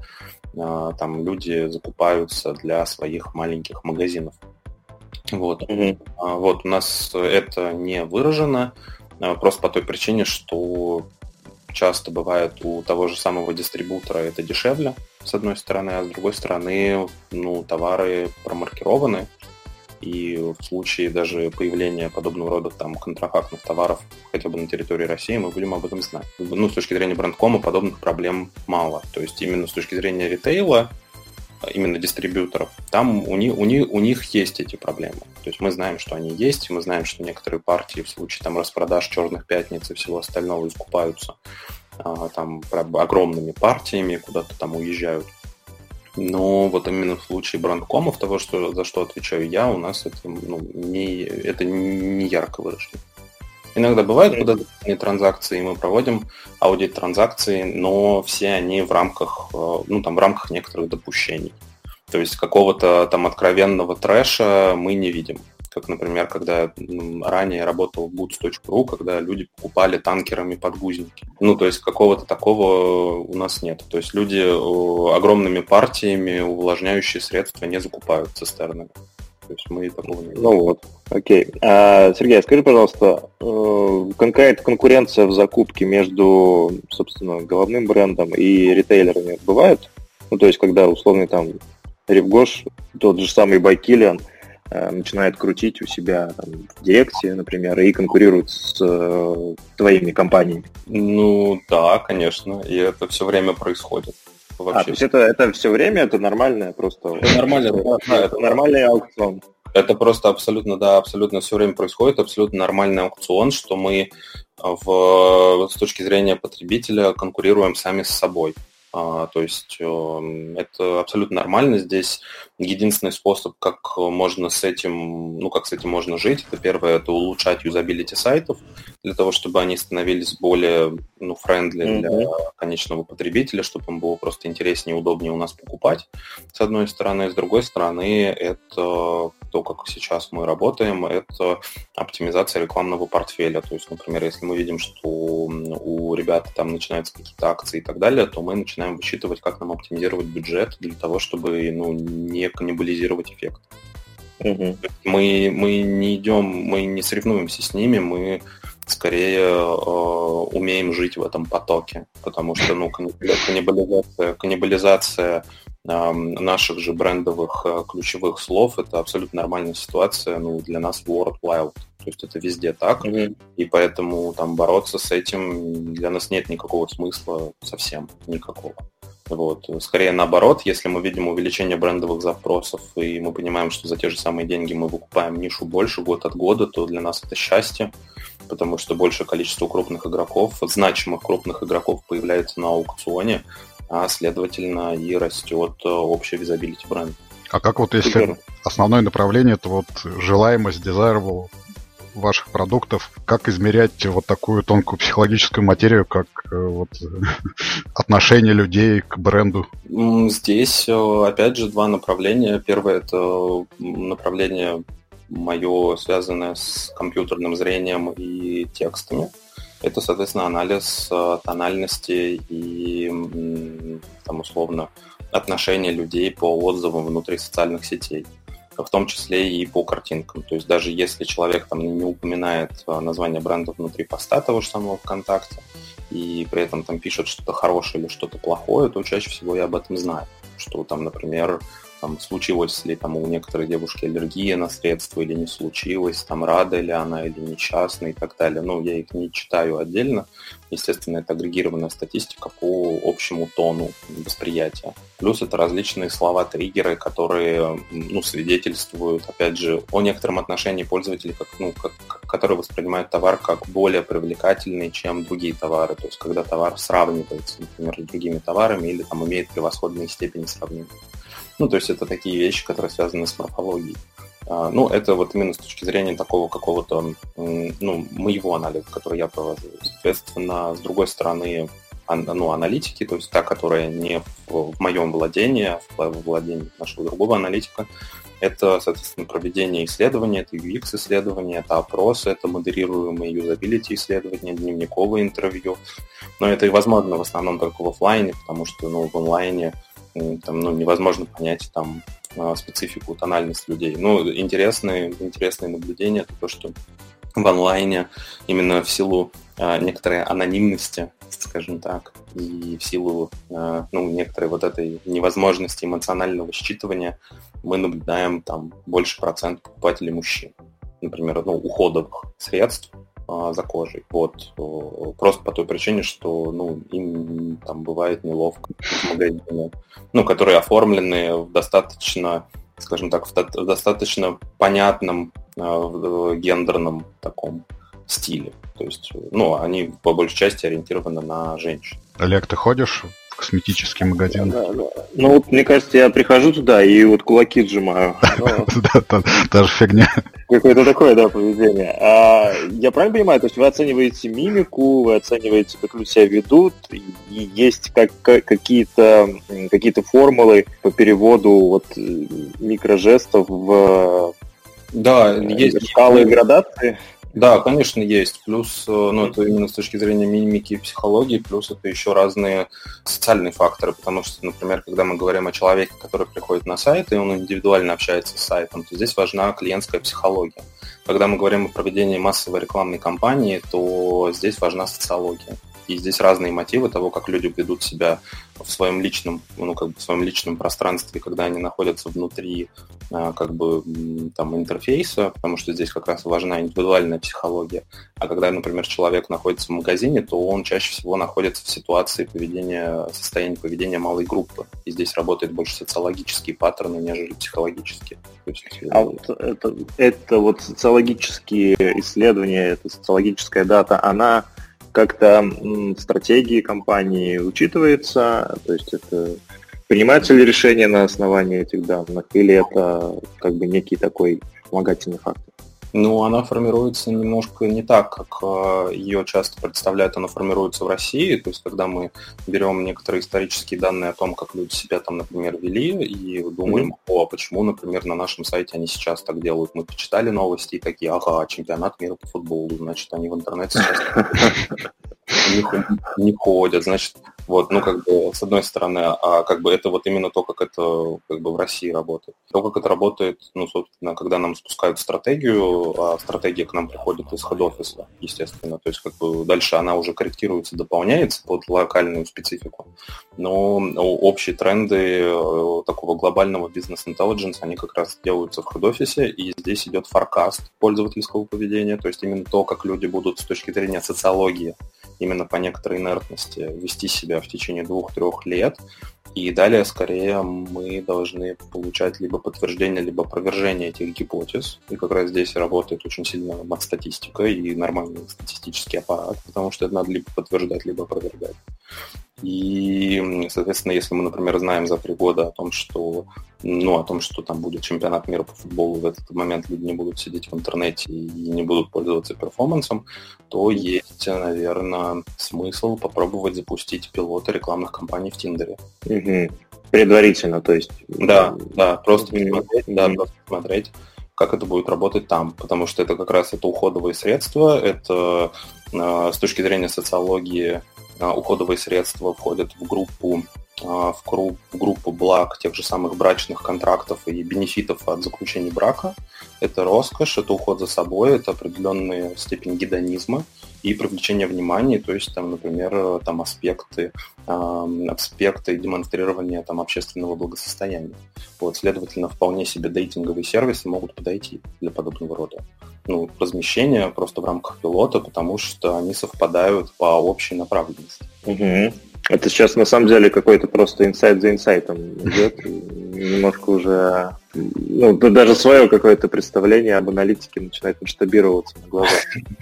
там люди закупаются для своих маленьких магазинов. Вот. Mm-hmm. Вот у нас это не выражено, просто по той причине, что часто бывает у того же самого дистрибутора это дешевле, с одной стороны, а с другой стороны, ну, товары промаркированы, и в случае даже появления подобного рода там контрафактных товаров хотя бы на территории России мы будем об этом знать. Ну, с точки зрения брендкома подобных проблем мало. То есть именно с точки зрения ритейла, именно дистрибьюторов, там у них, у них, у них есть эти проблемы. То есть мы знаем, что они есть, мы знаем, что некоторые партии в случае там распродаж черных пятниц и всего остального искупаются а, там огромными партиями, куда-то там уезжают. Но вот именно в случае брендкомов, того, что, за что отвечаю я, у нас это, ну, не, это не ярко выражено. Иногда бывают подозрительные транзакции, мы проводим аудит транзакций, но все они в рамках, ну, там, в рамках некоторых допущений. То есть какого-то там откровенного трэша мы не видим. Как, например, когда ранее работал бутс точка ру, когда люди покупали танкерами подгузники. Ну, то есть какого-то такого у нас нет. То есть люди огромными партиями увлажняющие средства не закупают цистернами. То есть мы такого не видим. Ну вот, окей. А, Сергей, скажи, пожалуйста, какая-то конкуренция в закупке между, собственно, головным брендом и ритейлерами бывает? Ну, то есть, когда условный там Ревгош, тот же самый Байкилиан, начинает крутить у себя там, в директе, например, и конкурирует с э, твоими компаниями. Ну да, конечно, и это все время происходит. Вообще. А, то есть это, это все время, это нормальное просто... Это нормально, да, да, это нормальный аукцион. Это просто абсолютно, да, абсолютно все время происходит, абсолютно нормальный аукцион, что мы в, с точки зрения потребителя конкурируем сами с собой. А, то есть э, это абсолютно нормально. Здесь единственный способ, как можно с этим, ну как с этим можно жить, это первое, это улучшать юзабилити сайтов для того, чтобы они становились более, ну, френдли mm-hmm. для конечного потребителя, чтобы им было просто интереснее и удобнее у нас покупать. С одной стороны, с другой стороны, это то, как сейчас мы работаем, это оптимизация рекламного портфеля. То есть, например, если мы видим, что у ребят там начинаются какие-то акции и так далее, то мы начинаем высчитывать, как нам оптимизировать бюджет для того, чтобы, ну, не каннибализировать эффект. Uh-huh. Мы, мы не идем, мы не соревнуемся с ними, мы скорее э, умеем жить в этом потоке, потому что, ну, каннибализация, каннибализация э, наших же брендовых э, ключевых слов — это абсолютно нормальная ситуация, ну, для нас worldwide. То есть это везде так, mm-hmm. и поэтому там бороться с этим для нас нет никакого смысла, совсем никакого. Вот. Скорее наоборот, если мы видим увеличение брендовых запросов, и мы понимаем, что за те же самые деньги мы выкупаем нишу больше год от года, то для нас это счастье, потому что большее количество крупных игроков, значимых крупных игроков появляется на аукционе, а следовательно и растет общая визабилити бренда. А как вот если Супер. Основное направление, это вот желаемость, desirable ваших продуктов, как измерять вот такую тонкую психологическую материю, как вот отношение людей к бренду? Здесь, опять же, два направления. Первое – это направление мое, связанное с компьютерным зрением и текстами. Это, соответственно, анализ тональности и, там, условно, отношения людей по отзывам внутри социальных сетей, в том числе и по картинкам. То есть даже если человек там не упоминает название бренда внутри поста того же самого ВКонтакте, и при этом там пишет что-то хорошее или что-то плохое, то чаще всего я об этом знаю. Что там, например, там, случилось ли там у некоторой девушки аллергия на средства или не случилось, там рада ли она или несчастна и так далее. Ну, я их не читаю отдельно. Естественно, это агрегированная статистика по общему тону восприятия. Плюс это различные слова-триггеры, которые, ну, свидетельствуют, опять же, о некотором отношении пользователей, как, ну, как, которые воспринимают товар как более привлекательный, чем другие товары. То есть, когда товар сравнивается, например, с другими товарами или там имеет превосходные степени сравнения. Ну, то есть это такие вещи, которые связаны с морфологией. А, ну, это вот именно с точки зрения такого какого-то, ну, моего анализа, который я провожу. Соответственно, с другой стороны, ан, ну, аналитики, то есть та, которая не в, в моем владении, а в владении нашего другого аналитика, это, соответственно, проведение исследований, это ю экс-исследования, это опросы, это модерируемые юзабилити исследования, дневниковые интервью. Но это и возможно в основном только в офлайне, потому что, ну, в онлайне там, ну, невозможно понять там специфику, тональность людей. Ну, интересные, интересные наблюдения, это то, что в онлайне именно в силу а, некоторой анонимности, скажем так, и в силу а, ну, некоторой вот этой невозможности эмоционального считывания мы наблюдаем там больше процент покупателей мужчин. Например, ну, уходовых средств за кожей. Вот. Просто по той причине, что, ну, им там бывает неловко в магазине, ну, которые оформлены в достаточно, скажем так, в достаточно понятном э, гендерном таком стиле. То есть, ну, они по большей части ориентированы на женщин. Олег, ты ходишь в косметический магазин? Да, да. Ну, вот, мне кажется, я прихожу туда и вот кулаки сжимаю. Та же фигня. Какое-то такое, да, поведение. А, я правильно понимаю, то есть вы оцениваете мимику, вы оцениваете, как люди себя ведут, и есть как, как, какие-то, какие-то формулы по переводу вот, микрожестов в да, есть шкалы градации? Да, конечно, есть. Плюс, ну, это именно с точки зрения мимики и психологии, плюс это еще разные социальные факторы, потому что, например, когда мы говорим о человеке, который приходит на сайт, и он индивидуально общается с сайтом, то здесь важна клиентская психология. Когда мы говорим о проведении массовой рекламной кампании, то здесь важна социология. И здесь разные мотивы того, как люди ведут себя в своем личном, ну, как бы в своем личном пространстве, когда они находятся внутри, как бы, там, интерфейса, потому что здесь как раз важна индивидуальная психология. А когда, например, человек находится в магазине, то он чаще всего находится в ситуации поведения, состояния поведения малой группы. И здесь работают больше социологические паттерны, нежели психологические. То есть, а вот это, это вот социологические исследования, это социологическая дата, она как-то в стратегии компании учитывается, то есть это принимается ли решение на основании этих данных, или это как бы некий такой вспомогательный фактор? Ну, она формируется немножко не так, как ее часто представляют, она формируется в России, то есть когда мы берем некоторые исторические данные о том, как люди себя там, например, вели, и думаем, mm-hmm. о, почему, например, на нашем сайте они сейчас так делают. Мы почитали новости и такие, ага, чемпионат мира по футболу, значит, они в интернет сейчас не ходят, значит, вот, ну, как бы, с одной стороны, а как бы это вот именно то, как это как бы в России работает. То, как это работает, ну, собственно, когда нам спускают стратегию, а стратегия к нам приходит из хед-офиса, естественно, то есть, как бы, дальше она уже корректируется, дополняется под локальную специфику, но общие тренды такого глобального бизнес-интеллидженса, они как раз делаются в хед-офисе, и здесь идет форкаст пользовательского поведения, то есть именно то, как люди будут с точки зрения социологии именно по некоторой инертности вести себя в течение двух-трех лет. И далее, скорее, мы должны получать либо подтверждение, либо опровержение этих гипотез. И как раз здесь работает очень сильно матстатистика и нормальный статистический аппарат, потому что это надо либо подтверждать, либо опровергать. И, соответственно, если мы, например, знаем за три года о том, что, ну, о том, что там будет чемпионат мира по футболу, в этот момент люди не будут сидеть в интернете и не будут пользоваться перформансом, то есть, наверное, смысл попробовать запустить пилоты рекламных кампаний в Тиндере. Угу. Предварительно, то есть. Да, да, просто mm-hmm. посмотреть, да, просто посмотреть, как это будет работать там, потому что это как раз это уходовые средства, это э, с точки зрения социологии э, уходовые средства входят в группу, э, в, групп, в группу благ тех же самых брачных контрактов и бенефитов от заключения брака. Это роскошь, это уход за собой, это определенная степень гедонизма и привлечение внимания, то есть, там, например, там аспекты, э, аспекты демонстрирования там, общественного благосостояния. Вот, следовательно, вполне себе дейтинговые сервисы могут подойти для подобного рода ну, размещения просто в рамках пилота, потому что они совпадают по общей направленности. Угу. Это сейчас на самом деле какой-то просто инсайт за инсайтом идет, немножко уже, ну, даже свое какое-то представление об аналитике начинает масштабироваться на глазах.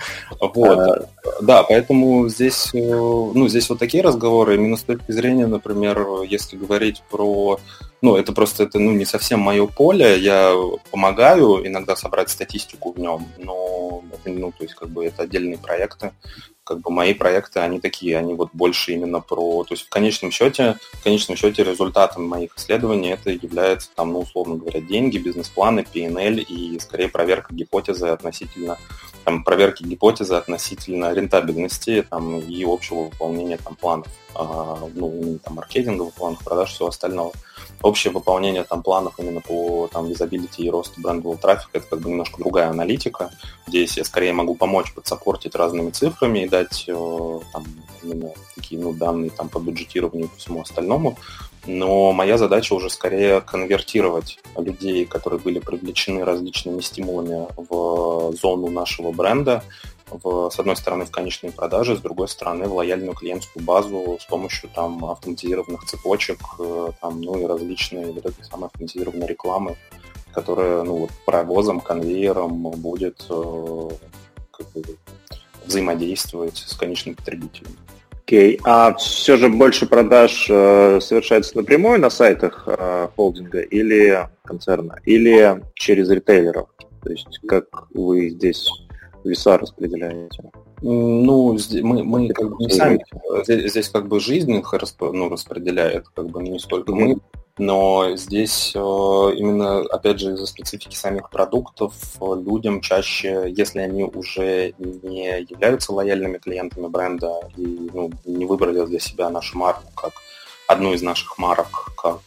Вот, да, поэтому здесь, ну, здесь вот такие разговоры, именно с точки зрения, например, если говорить про, ну, это просто, это, ну, не совсем мое поле, я помогаю иногда собрать статистику в нем, но, это, ну, то есть, как бы, это отдельные проекты. Как бы мои проекты, они такие, они вот больше именно про... То есть в конечном счете, в конечном счете результатом моих исследований это является, там, ну, условно говоря, деньги, бизнес-планы, пи эн эл и, скорее, проверка гипотезы относительно... Там, проверки гипотезы относительно рентабельности там, и общего выполнения там, планов. А, ну, там, маркетинговых планов, продаж, всего остального. Общее выполнение там, планов именно по там, визабилити и росту брендового трафика – это как бы немножко другая аналитика. Здесь я скорее могу помочь подсаппортить разными цифрами и дать э, там, именно такие ну, данные там, по бюджетированию и по всему остальному. Но моя задача уже скорее конвертировать людей, которые были привлечены различными стимулами в зону нашего бренда, в, с одной стороны в конечные продажи, с другой стороны в лояльную клиентскую базу с помощью там, автоматизированных цепочек там, ну, и различной вот этой самой автоматизированной рекламы, которая ну, вот, паровозом, конвейером будет э, как бы, взаимодействовать с конечным потребителем. Окей, okay. А все же больше продаж э, совершается напрямую на сайтах э, холдинга или концерна, или через ритейлеров? То есть как вы здесь веса распределяете? Ну, мы, мы как бы не сами, здесь, здесь как бы жизнь их ну, распределяет, как бы не столько mm-hmm. мы, но здесь именно, опять же, из-за специфики самих продуктов людям чаще, если они уже не являются лояльными клиентами бренда и ну, не выбрали для себя нашу марку как одну из наших марок, как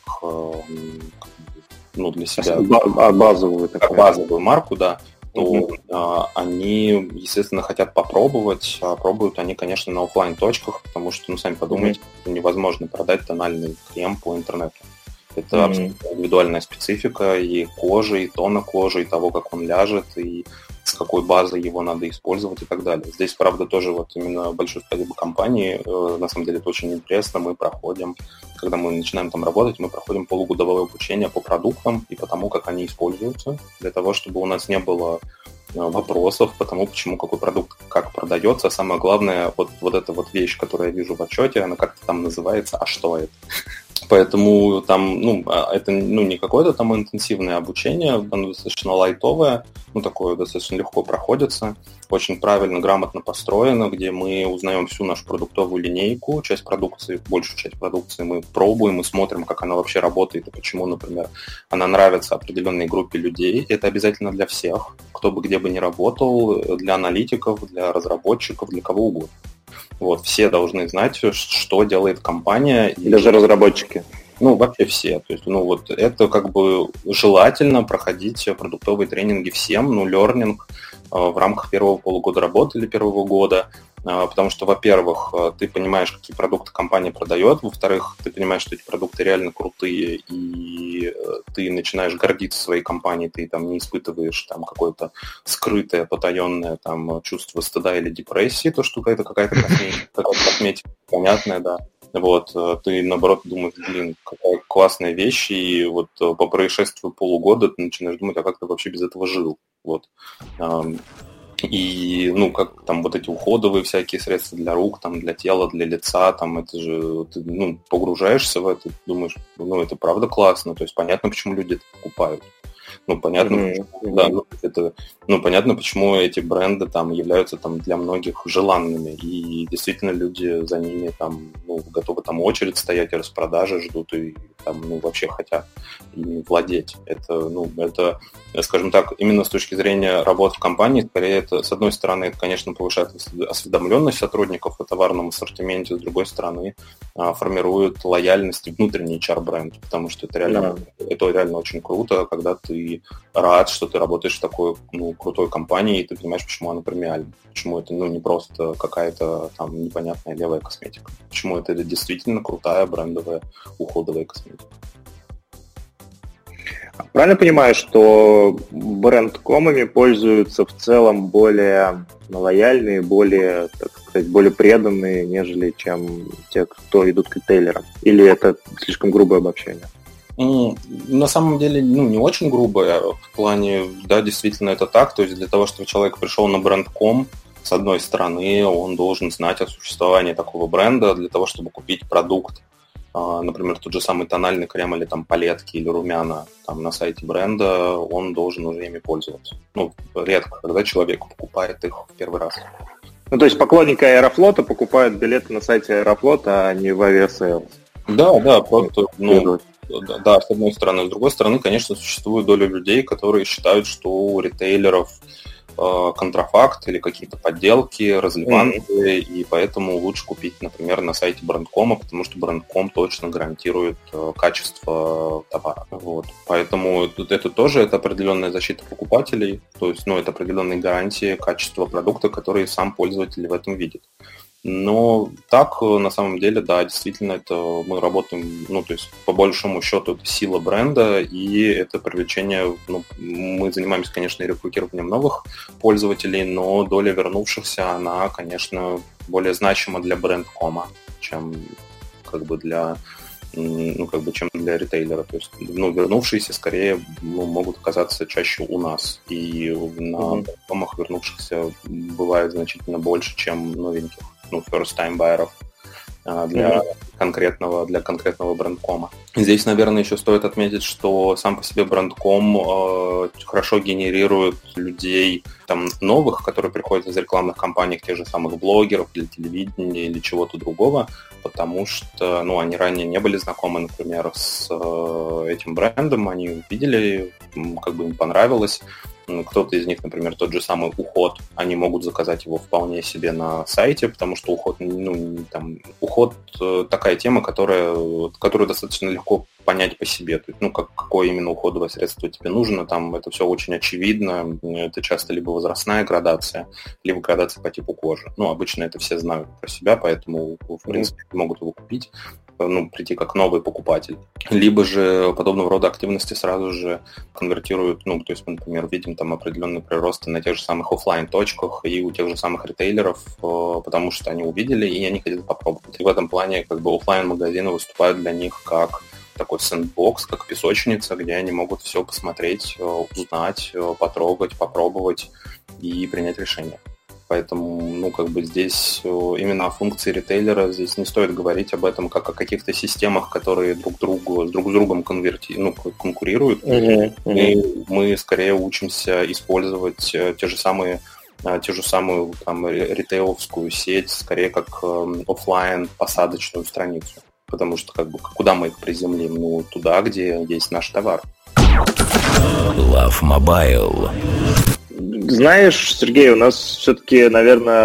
ну, для себя базовую, как базовую марку, да, то mm-hmm. а, они, естественно, хотят попробовать, а пробуют они, конечно, на офлайн-точках, потому что, ну, сами подумайте, mm-hmm. невозможно продать тональный крем по интернету. Это mm-hmm. абсолютно индивидуальная специфика и кожи, и тона кожи, и того, как он ляжет, и с какой базой его надо использовать и так далее. Здесь, правда, тоже вот именно большое спасибо компании. На самом деле это очень интересно. Мы проходим, когда мы начинаем там работать, мы проходим полугодовое обучение по продуктам и по тому, как они используются, для того, чтобы у нас не было вопросов по тому, почему какой продукт как продается. А самое главное, вот, вот эта вот вещь, которую я вижу в отчете, она как-то там называется «А что это?». Поэтому там, ну, это ну, не какое-то там интенсивное обучение, оно достаточно лайтовое, ну, такое достаточно легко проходится, очень правильно, грамотно построено, где мы узнаем всю нашу продуктовую линейку, часть продукции, большую часть продукции мы пробуем, мы смотрим, как она вообще работает и почему, например, она нравится определенной группе людей. Это обязательно для всех, кто бы где бы ни работал, для аналитиков, для разработчиков, для кого угодно. Вот, все должны знать, что делает компания. И даже разработчики. Ну, вообще все. То есть, ну, вот это как бы желательно проходить продуктовые тренинги всем, ну, learning в рамках первого полугода работы или первого года, потому что, во-первых, ты понимаешь, какие продукты компания продает, во-вторых, ты понимаешь, что эти продукты реально крутые, и ты начинаешь гордиться своей компанией, ты там не испытываешь там какое-то скрытое, потаенное там чувство стыда или депрессии, то, что это какая-то косметика, какая-то косметика понятная, да. Вот, ты, наоборот, думаешь, блин, какая классная вещь, и вот по происшествию полугода ты начинаешь думать, а как ты вообще без этого жил, вот. И, ну, как там вот эти уходовые всякие средства для рук, там, для тела, для лица, там, это же, ты, ну, погружаешься в это, думаешь, ну, это правда классно, то есть понятно, почему люди это покупают. Ну, понятно, mm-hmm. почему, да, ну, это, ну, понятно, почему эти бренды там являются там для многих желанными, и действительно люди за ними там, ну, готовы там очередь стоять, и распродажи ждут, и там, ну, вообще хотят ими владеть. Это, ну, это, скажем так, именно с точки зрения работы в компании, скорее это, с одной стороны, это, конечно, повышает осведомленность сотрудников о товарном ассортименте, с другой стороны, формирует лояльность и внутренний эйч ар-бренд, потому что это реально, yeah. это реально очень круто, когда ты рад, что ты работаешь в такой, ну, крутой компании, и ты понимаешь, почему она премиальна, почему это, ну, не просто какая-то там непонятная левая косметика, почему это действительно крутая брендовая уходовая косметика. Правильно понимаю, что бренд-комами пользуются в целом более лояльные, более, так сказать, более преданные, нежели чем те, кто идут к ритейлерам? Или это слишком грубое обобщение? На самом деле, ну, не очень грубое, в плане, да, действительно это так, то есть для того, чтобы человек пришел на бренд.ком, с одной стороны, он должен знать о существовании такого бренда для того, чтобы купить продукт, например, тот же самый тональный крем или там палетки или румяна там, на сайте бренда, он должен уже ими пользоваться. Ну, редко, когда человек покупает их в первый раз. Ну, то есть поклонники Аэрофлота покупают билеты на сайте Аэрофлота, а не в авиасейлс. Да, да, просто, ну, да, да, с одной стороны. С другой стороны, конечно, существует доля людей, которые считают, что у ритейлеров э, контрафакт или какие-то подделки, разливанты, mm-hmm. и поэтому лучше купить, например, на сайте бренд.кома, потому что бренд.ком точно гарантирует э, качество товара. Вот. Поэтому это, это тоже это определенная защита покупателей, то есть, ну, это определенные гарантии качества продукта, которые сам пользователь в этом видит. Но так, на самом деле, да, действительно, это мы работаем, ну, то есть, по большому счету, это сила бренда, и это привлечение, ну, мы занимаемся, конечно, и рекрутированием новых пользователей, но доля вернувшихся, она, конечно, более значима для бренд.кома, чем, как бы, для, ну, как бы, чем для ритейлера. То есть, ну, вернувшиеся, скорее, ну, могут оказаться чаще у нас, и на mm-hmm. бренд.комах вернувшихся бывает значительно больше, чем новеньких. Ну, first-time байеров для mm-hmm. конкретного, для конкретного бренд.кома. Здесь, наверное, еще стоит отметить, что сам по себе бренд.ком э, хорошо генерирует людей там, новых, которые приходят из рекламных кампаний, тех же самых блогеров или телевидения или чего-то другого, потому что, ну, они ранее не были знакомы, например, с э, этим брендом, они увидели, как бы им понравилось. Кто-то из них, например, тот же самый уход, они могут заказать его вполне себе на сайте, потому что уход, ну, там, уход такая тема, которая, которую достаточно легко понять по себе. То есть, ну, как, какое именно уходовое средство тебе нужно, там это все очень очевидно. Это часто либо возрастная градация, либо градация по типу кожи. Ну, обычно это все знают про себя, поэтому, в принципе, могут его купить, ну, прийти как новый покупатель. Либо же подобного рода активности сразу же конвертируют, ну, то есть мы, например, видим там определенные приросты на тех же самых офлайн-точках и у тех же самых ритейлеров, потому что они увидели и они хотят попробовать. И в этом плане как бы офлайн-магазины выступают для них как такой сэндбокс, как песочница, где они могут все посмотреть, узнать, потрогать, попробовать и принять решение. Поэтому, ну, как бы здесь именно о функции ритейлера здесь не стоит говорить об этом как о каких-то системах, которые друг другу, друг с другом конверти, ну, конкурируют. Mm-hmm. Mm-hmm. И мы скорее учимся использовать те же самые, те же самую там ритейловскую сеть, скорее как офлайн посадочную страницу. Потому что как бы куда мы их приземлим? Ну, туда, где есть наш товар. Love Mobile. Знаешь, Сергей, у нас все-таки, наверное,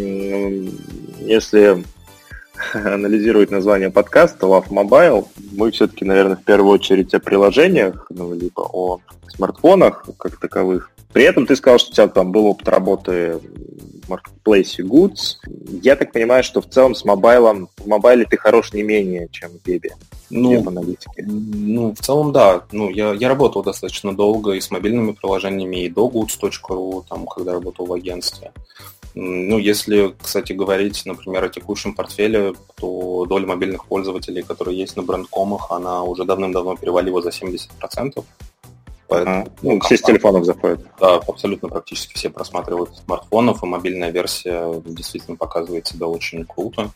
если анализировать название подкаста Love Mobile, мы все-таки, наверное, в первую очередь о приложениях, ну, либо о смартфонах как таковых. При этом ты сказал, что у тебя там был опыт работы в маркетплейсе Goods. Я так понимаю, что в целом с мобайлом, в мобайле ты хорош не менее, чем в вебе. Ну, ну, в целом, да. Ну, я, я работал достаточно долго и с мобильными приложениями, и до goods точка ру, там, когда работал в агентстве. Ну, если, кстати, говорить, например, о текущем портфеле, то доля мобильных пользователей, которые есть на бренд.комах, она уже давным-давно перевалила за семьдесят процентов. Поэтому, ага. ну, все с телефонов заходят. Да, абсолютно практически все просматривают смартфонов, и мобильная версия действительно показывает себя очень круто.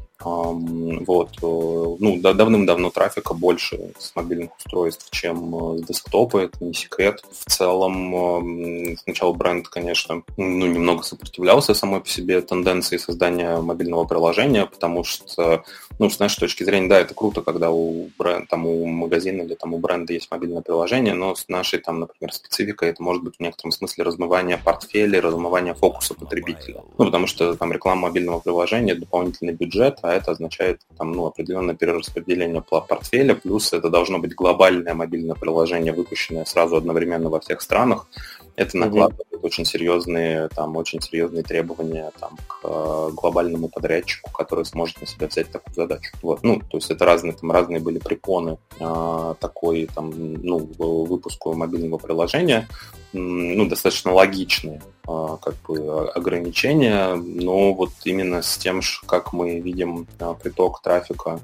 Вот. Ну, давным-давно трафика больше с мобильных устройств, чем с десктопа, это не секрет. В целом, сначала бренд, конечно, ну, немного сопротивлялся самой по себе тенденции создания мобильного приложения, потому что, ну, с нашей точки зрения, да, это круто, когда у бренда, там, у магазина или там у бренда есть мобильное приложение, но с нашей, там, например, спецификой это может быть в некотором смысле размывание портфеля, размывание фокуса потребителя. Ну, потому что там реклама мобильного приложения, дополнительный бюджет, а это означает там, ну, определенное перераспределение портфеля, плюс это должно быть глобальное мобильное приложение, выпущенное сразу одновременно во всех странах. Это накладывает mm-hmm. очень серьезные, там, очень серьезные требования там, к э, глобальному подрядчику, который сможет на себя взять такую задачу. Вот. Ну, то есть это разные, там, разные были препоны э, такой там, ну, выпуску мобильного приложения, ну, достаточно логичные э, как бы ограничения, но вот именно с тем, как мы видим э, приток трафика,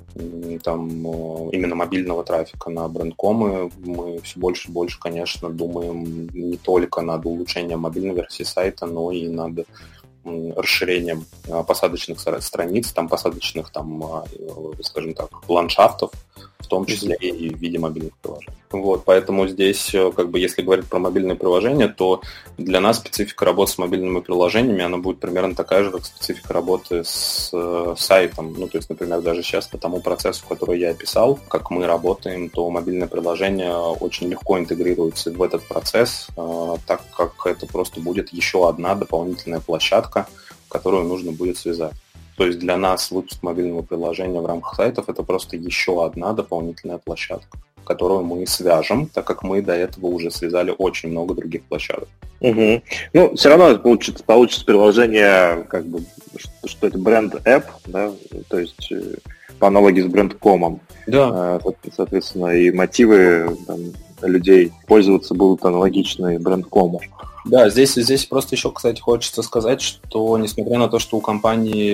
там именно мобильного трафика на брендкомы, мы все больше и больше, конечно, думаем не только над улучшением мобильной версии сайта, но и над расширением посадочных страниц, там посадочных, там, скажем так, ландшафтов, в том числе и в виде мобильных приложений. Вот, поэтому здесь, как бы, если говорить про мобильные приложения, то для нас специфика работы с мобильными приложениями, она будет примерно такая же, как специфика работы с э, сайтом. Ну, то есть, например, даже сейчас по тому процессу, который я описал, как мы работаем, то мобильное приложение очень легко интегрируется в этот процесс, э, так как это просто будет еще одна дополнительная площадка, которую нужно будет связать. То есть для нас выпуск мобильного приложения в рамках сайтов – это просто еще одна дополнительная площадка, которую мы свяжем, так как мы до этого уже связали очень много других площадок. Угу. Ну, все равно получится, получится приложение, как бы, что, что это бренд-эп, да, то есть по аналогии с брендкомом. Да. Соответственно, и мотивы там, людей пользоваться будут аналогичны брендкому. Да, здесь, здесь просто еще, кстати, хочется сказать, что несмотря на то, что у компании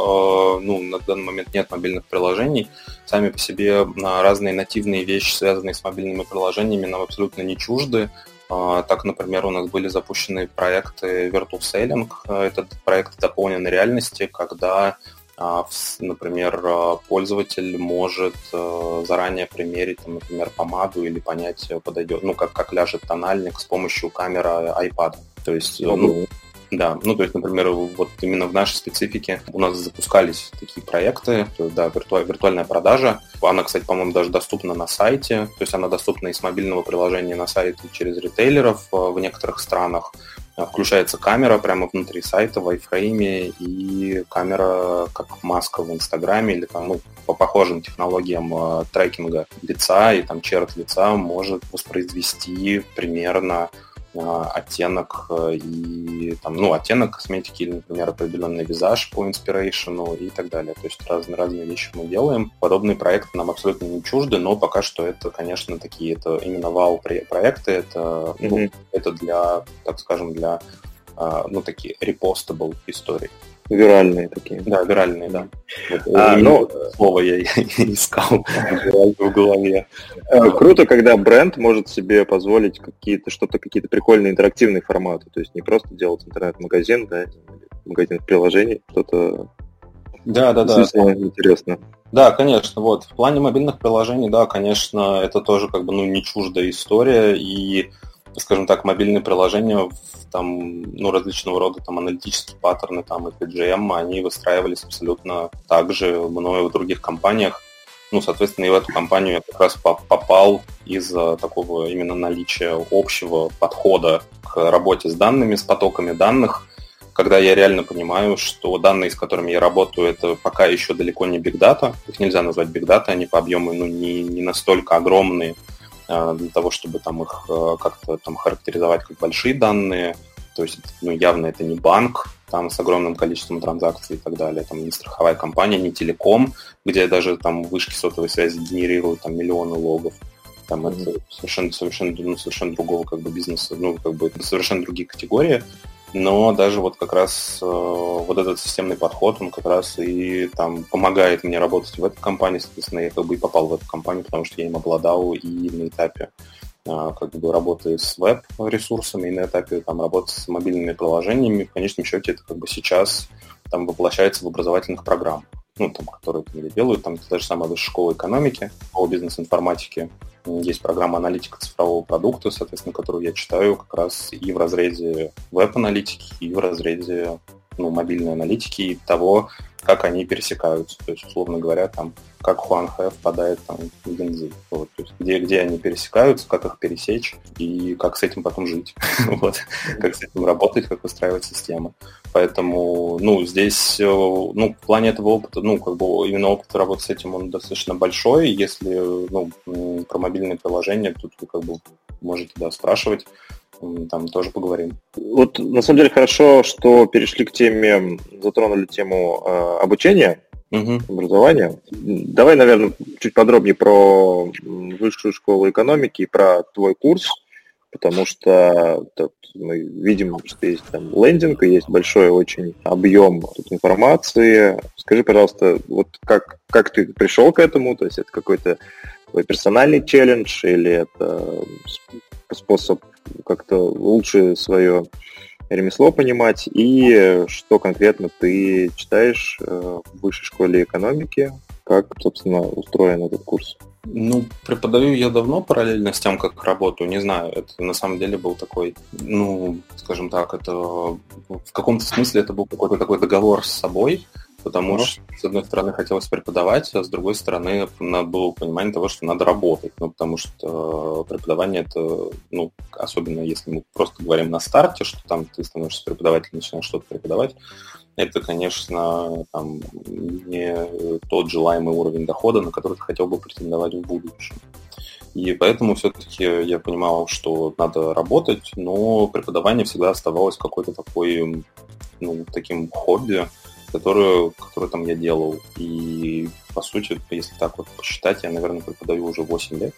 э, ну, на данный момент нет мобильных приложений, сами по себе разные нативные вещи, связанные с мобильными приложениями, нам абсолютно не чужды. Э, так, например, у нас были запущены проекты Virtual Selling. Этот проект дополненной реальности, когда, э, например, пользователь может э, заранее примерить, там, например, помаду или понять, подойдет, ну, как, как ляжет тональник с помощью камеры iPad. То есть, mm-hmm. ну, да, ну, то есть, например, вот именно в нашей специфике у нас запускались такие проекты, да, вирту... виртуальная продажа. Она, кстати, по-моему, даже доступна на сайте, то есть она доступна из мобильного приложения на сайте через ритейлеров в некоторых странах. Включается камера прямо внутри сайта в iFrame, и камера как маска в Инстаграме или там, ну, по похожим технологиям э, трекинга лица и там черт лица может воспроизвести примерно э, оттенок э, и там, ну, оттенок косметики или, например, определенный визаж по инспирейшену и так далее. То есть разные разные вещи мы делаем. Подобные проекты нам абсолютно не чужды, но пока что это, конечно, такие, это именно вау-проекты, это, mm-hmm. ну, это для, так скажем, для, э, ну, такие repostable истории. Виральные такие. Да, виральные, да. Вот, а, ну, слово я искал в голове. Круто, когда бренд может себе позволить какие-то, что-то, какие-то прикольные интерактивные форматы. То есть не просто делать интернет-магазин, да, магазин приложений, что-то да, да, да. интересно. Да, конечно, вот. В плане мобильных приложений, да, конечно, это тоже как бы, ну, не чуждая история, и, скажем так, мобильные приложения, там, ну, различного рода там аналитические паттерны, там, и пи джи эм, они выстраивались абсолютно так же мною в других компаниях. Ну, соответственно, и в эту компанию я как раз попал из-за такого именно наличия общего подхода к работе с данными, с потоками данных, когда я реально понимаю, что данные, с которыми я работаю, это пока еще далеко не big data, их нельзя назвать big data, они по объему, ну, не, не настолько огромные, для того, чтобы там их как-то там характеризовать как большие данные. То есть, ну, явно это не банк там с огромным количеством транзакций и так далее, там не страховая компания, не телеком, где даже там вышки сотовой связи генерируют там миллионы логов. Там mm-hmm. это совершенно, совершенно, ну, совершенно другого как бы бизнеса, ну, как бы это совершенно другие категории. Но даже вот как раз э, вот этот системный подход, он как раз и там помогает мне работать в этой компании, соответственно, я как бы и попал в эту компанию, потому что я им обладал и на этапе как бы работы с веб-ресурсами и на этапе там, работы с мобильными приложениями. В конечном счете это как бы сейчас там воплощается в образовательных программах, ну, там, которые там, делают, там та же самая высшая школа экономики, школа бизнес-информатики. Есть программа аналитика цифрового продукта, соответственно, которую я читаю как раз и в разрезе веб-аналитики, и в разрезе ну, мобильной аналитики и того, как они пересекаются. То есть, условно говоря, там, как Хуанхэ впадает там, в Янцзы. Вот, то есть, где, где они пересекаются, как их пересечь и как с этим потом жить. Вот, как с этим работать, как выстраивать системы. Поэтому, ну, здесь, ну, в плане этого опыта, ну, как бы именно опыт работы с этим, он достаточно большой. Если, ну, про мобильные приложения, тут вы как бы можете, да, спрашивать. Там тоже поговорим. Вот на самом деле хорошо, что перешли к теме, затронули тему э, обучения, угу. образования. Давай, наверное, чуть подробнее про высшую школу экономики и про твой курс, потому что тут мы видим, что есть там лендинг, и есть большой очень объем тут информации. Скажи, пожалуйста, вот как, как ты пришел к этому? То есть это какой-то твой персональный челлендж или это способ как-то лучше свое ремесло понимать, и что конкретно ты читаешь в высшей школе экономики, как, собственно, устроен этот курс? Ну, преподаю я давно параллельно с тем, как работаю, не знаю, это на самом деле был такой, ну, скажем так, это в каком-то смысле это был какой-то такой договор с собой, потому что, с одной стороны, хотелось преподавать, а с другой стороны, надо было понимание того, что надо работать, ну, потому что преподавание это, ну, особенно если мы просто говорим на старте, что там ты становишься преподавателем, начинаешь что-то преподавать, это, конечно, там, не тот желаемый уровень дохода, на который ты хотел бы претендовать в будущем. И поэтому все-таки я понимал, что надо работать, но преподавание всегда оставалось какой-то такой, ну, таким хобби, которую, которую там я делал. И, по сути, если так вот посчитать, я, наверное, преподаю уже восемь лет.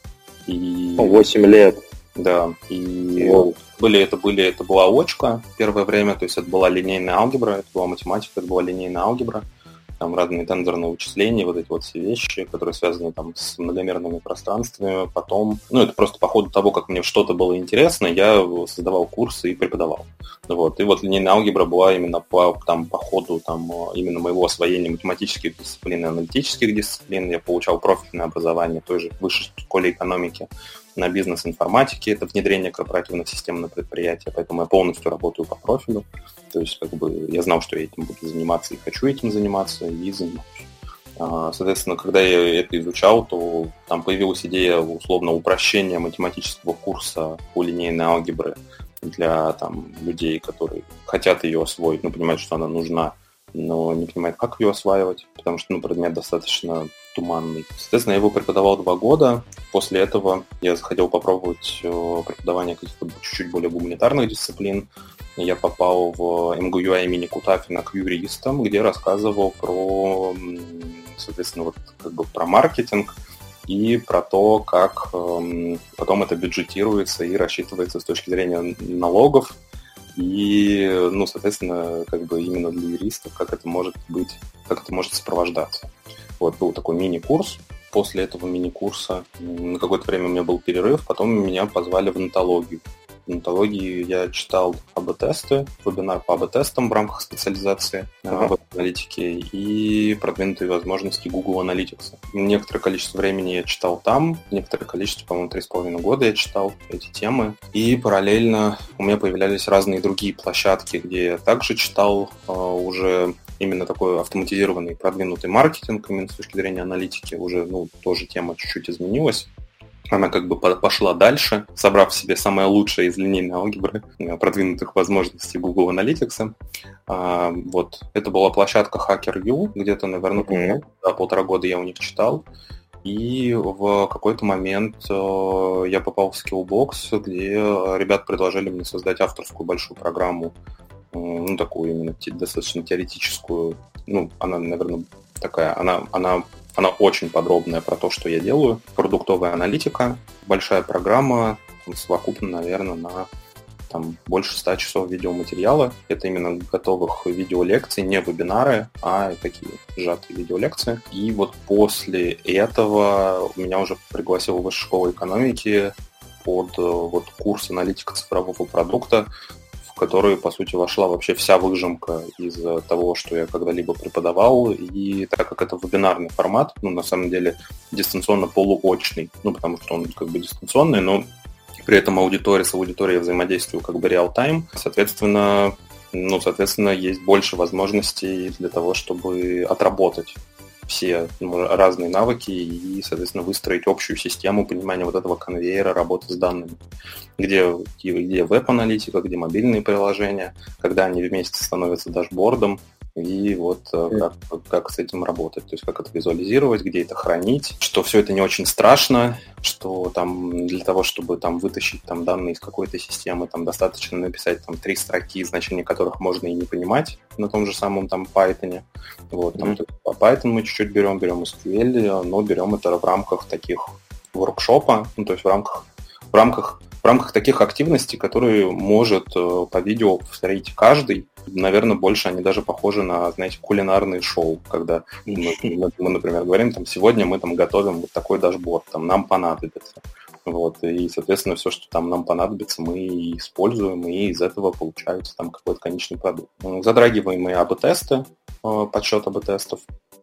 И... восемь лет? Да. И wow. были, это, были, это была очка первое время, то есть это была линейная алгебра, это была математика, это была линейная алгебра. Там разные тензорные вычисления, вот эти вот все вещи, которые связаны там с многомерными пространствами. Потом, ну, это просто по ходу того, как мне что-то было интересно, я создавал курсы и преподавал. Вот. И вот линейная алгебра была именно по, там, по ходу там, именно моего освоения математических дисциплин и аналитических дисциплин. Я получал профильное образование в той же высшей школе экономики на бизнес-информатике, это внедрение корпоративных систем на предприятие, поэтому я полностью работаю по профилю, то есть как бы я знал, что я этим буду заниматься и хочу этим заниматься, и занимаюсь. Соответственно, когда я это изучал, то там появилась идея условно упрощения математического курса по линейной алгебре для там, людей, которые хотят ее освоить, но понимают, что она нужна, но не понимают, как ее осваивать, потому что ну, предмет достаточно туманный. Соответственно, я его преподавал два года. После этого я захотел попробовать преподавание каких-то чуть-чуть более гуманитарных дисциплин. Я попал в эм гэ ю а имени Кутафина к юристам, где рассказывал про, соответственно, вот как бы про маркетинг и про то, как эм, потом это бюджетируется и рассчитывается с точки зрения налогов. И, ну, соответственно, как бы именно для юристов, как это может быть, как это может сопровождаться. Вот, был такой мини-курс. После этого мини-курса на какое-то время у меня был перерыв, потом меня позвали в нотологию. В нотологии я читал эй би-тесты, вебинар по эй би-тестам в рамках специализации ага. в аналитике и продвинутые возможности Google Analytics. Некоторое количество времени я читал там, некоторое количество, по-моему, три с половиной года я читал эти темы. И параллельно у меня появлялись разные другие площадки, где я также читал э, уже именно такой автоматизированный, продвинутый маркетинг, именно с точки зрения аналитики, уже, ну, тоже тема чуть-чуть изменилась. Она как бы пошла дальше, собрав в себе самое лучшее из линейной алгебры, продвинутых возможностей Google Analytics. А, вот. Это была площадка HackerU, где-то, наверное, mm-hmm. полтора, полтора года я у них читал. И в какой-то момент э, я попал в Skillbox, где ребят предложили мне создать авторскую большую программу, э, ну, такую именно те, достаточно теоретическую. Ну, она, наверное, такая, она... она Она очень подробная про то, что я делаю. Продуктовая аналитика, большая программа, совокупно, наверное, на там, больше ста часов видеоматериала. Это именно готовых видеолекций, не вебинары, а такие сжатые видеолекции. И вот после этого меня уже пригласила Высшая школа экономики под вот курс аналитика цифрового продукта, в который, по сути, вошла вообще вся выжимка из того, что я когда-либо преподавал. И так как это вебинарный формат, ну, на самом деле, дистанционно-полуочный, ну, потому что он как бы дистанционный, но при этом аудитория с аудиторией взаимодействую как бы реал-тайм. Соответственно, ну, соответственно, есть больше возможностей для того, чтобы отработать все ну, разные навыки и, соответственно, выстроить общую систему понимания вот этого конвейера работы с данными, где, где веб-аналитика, где мобильные приложения, когда они вместе становятся дашбордом, и вот как, как с этим работать, то есть как это визуализировать, где это хранить, что все это не очень страшно, что там для того, чтобы там вытащить там данные из какой-то системы, там достаточно написать там три строки, значения которых можно и не понимать на том же самом там Python. Вот, там mm-hmm. по Python мы чуть-чуть берем, берем эс кью эль, но берем это в рамках таких воркшопа, ну то есть в рамках в рамках в рамках таких активностей, которые может по видео повторить каждый. Наверное, больше они даже похожи на, знаете, кулинарные шоу, когда мы, мы, например, говорим, там, сегодня мы там готовим вот такой дашборд, там, нам понадобится. Вот, и, соответственно, все, что там нам понадобится, мы используем, и из этого получается там какой-то конечный продукт. Затрагиваем мы эй би тесты, подсчет эй би тестов,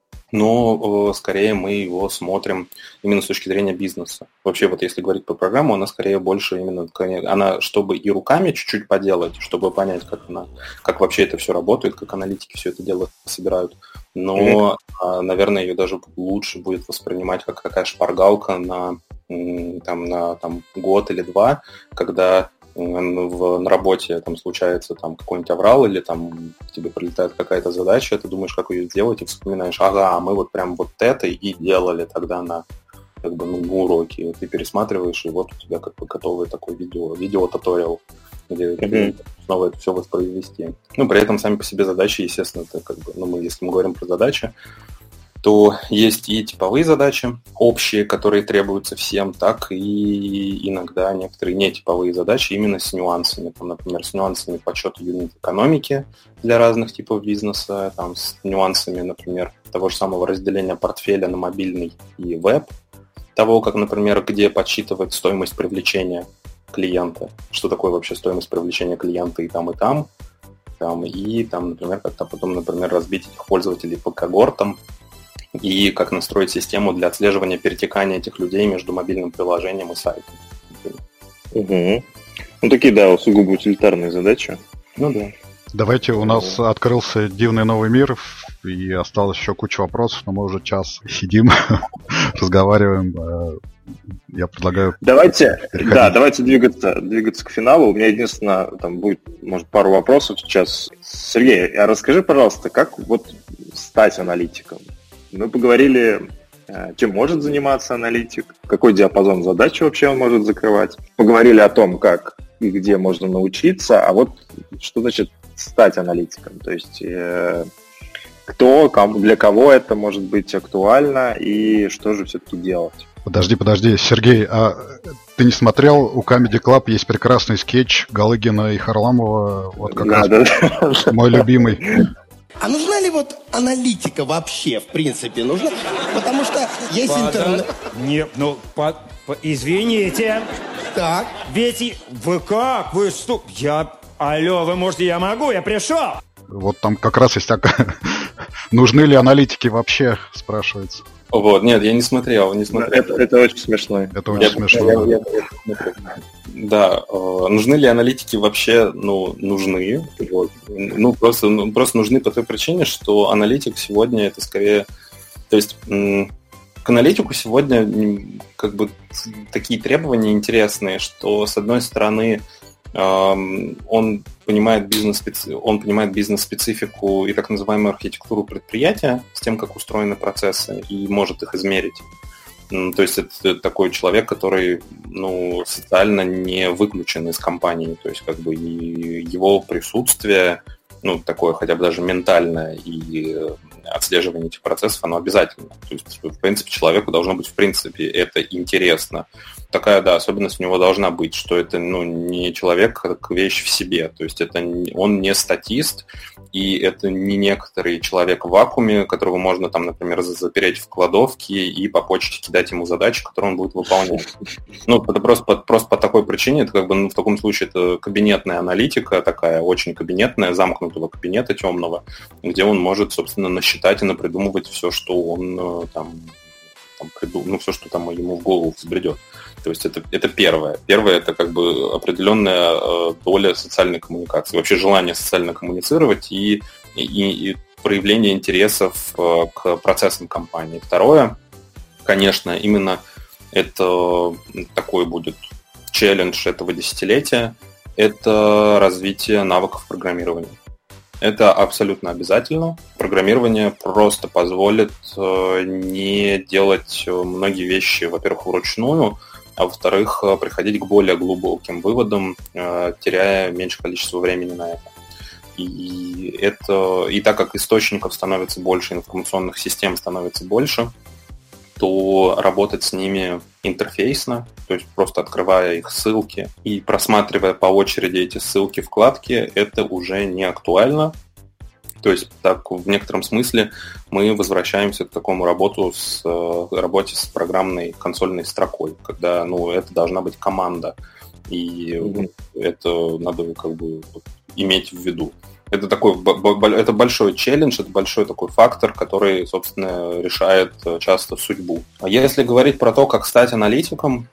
но э, скорее мы его смотрим именно с точки зрения бизнеса. Вообще, вот если говорить по программу, она скорее больше именно, она, чтобы и руками чуть-чуть поделать, чтобы понять, как она, как вообще это все работает, как аналитики все это дело собирают. Но, mm-hmm. наверное, ее даже лучше будет воспринимать как такая шпаргалка на, там, на там, год или два, когда В, на работе там случается там какой-нибудь аврал или там тебе прилетает какая-то задача, ты думаешь, как ее сделать, и вспоминаешь, ага, мы вот прям вот это и делали тогда на как бы, ну, уроке. Ты пересматриваешь, и вот у тебя как бы готовый такой видео, видео-туториал, где mm-hmm. снова это все воспроизвести. Ну, при этом сами по себе задачи, естественно, это как бы, ну, мы, если мы говорим про задачи, то есть и типовые задачи общие, которые требуются всем, так и иногда некоторые нетиповые задачи именно с нюансами. Там, например, с нюансами подсчета юнит-экономики для разных типов бизнеса, там, с нюансами, например, того же самого разделения портфеля на мобильный и веб, того, как, например, где подсчитывать стоимость привлечения клиента, что такое вообще стоимость привлечения клиента и там, и там, там и там, например, как-то потом, например, разбить этих пользователей по когортам, и как настроить систему для отслеживания перетекания этих людей между мобильным приложением и сайтом. Угу. Ну, такие, да, сугубо утилитарные задачи. Ну, да. Давайте, у нас угу. открылся дивный новый мир, и осталось еще куча вопросов, но мы уже час сидим, разговариваем. Я предлагаю... Давайте, да, давайте двигаться, двигаться к финалу. У меня единственное, там будет, может, пару вопросов сейчас. Сергей, а расскажи, пожалуйста, как вот стать аналитиком? Мы поговорили, чем может заниматься аналитик, какой диапазон задач вообще он может закрывать. Поговорили о том, как и где можно научиться, а вот что значит стать аналитиком. То есть э, кто, кому, для кого это может быть актуально и что же все-таки делать. Подожди, подожди, Сергей, а ты не смотрел, у Comedy Club есть прекрасный скетч Галыгина и Харламова, вот как да, раз да. мой любимый. А нужна ли вот аналитика вообще, в принципе, нужна? Потому что есть интернет... Нет, ну, по, по, извините. Так. Ведь вы как? Вы что? Я... Алло, вы можете, я могу, я пришел. Вот там как раз есть такая... Нужны ли аналитики вообще, спрашивается. Вот, нет, я не смотрел, не смотрел. Это, это очень смешно. Это очень я, смешно. Я, я, я, я, да, э, нужны ли аналитики вообще? Ну, нужны. Вот. Ну, просто, ну, просто нужны по той причине, что аналитик сегодня это скорее... То есть м- к аналитику сегодня как бы такие требования интересные, что, с одной стороны, он понимает бизнес, он понимает бизнес-специфику и так называемую архитектуру предприятия с тем, как устроены процессы, и может их измерить. То есть это такой человек, который, ну, социально не выключен из компании, то есть как бы и его присутствие, ну, такое хотя бы даже ментальное и отслеживание этих процессов, оно обязательно. То есть, в принципе, человеку должно быть, в принципе, это интересно. такая, да, особенность у него должна быть, что это, ну, не человек как вещь в себе, то есть это он не статист, и это не некоторый человек в вакууме, которого можно там, например, запереть в кладовке и по почте кидать ему задачи, которые он будет выполнять. Ну, это просто по, просто по такой причине, это как бы, ну, в таком случае это кабинетная аналитика, такая очень кабинетная, замкнутого кабинета темного, где он может, собственно, насчитать и напридумывать все, что он там, там придум... ну, все, что там ему в голову взбредет. То есть это, это первое. Первое – это как бы определенная э, доля социальной коммуникации, вообще желание социально коммуницировать и, и, и проявление интересов э, к процессам компании. Второе, конечно, именно это такой будет челлендж этого десятилетия – это развитие навыков программирования. Это абсолютно обязательно. Программирование просто позволит э, не делать многие вещи, во-первых, вручную, а во-вторых, приходить к более глубоким выводам, теряя меньше количества времени на это. И, это, и так как источников становится больше, информационных систем становится больше, то работать с ними интерфейсно, то есть просто открывая их ссылки и просматривая по очереди эти ссылки, вкладки, это уже не актуально. То есть так, в некотором смысле мы возвращаемся к такому работу с, работе с программной консольной строкой, когда, ну, это должна быть команда, и mm-hmm. это надо как бы иметь в виду. Это такой это большой челлендж, это большой такой фактор, который, собственно, решает часто судьбу. А если говорить про то, как стать аналитиком,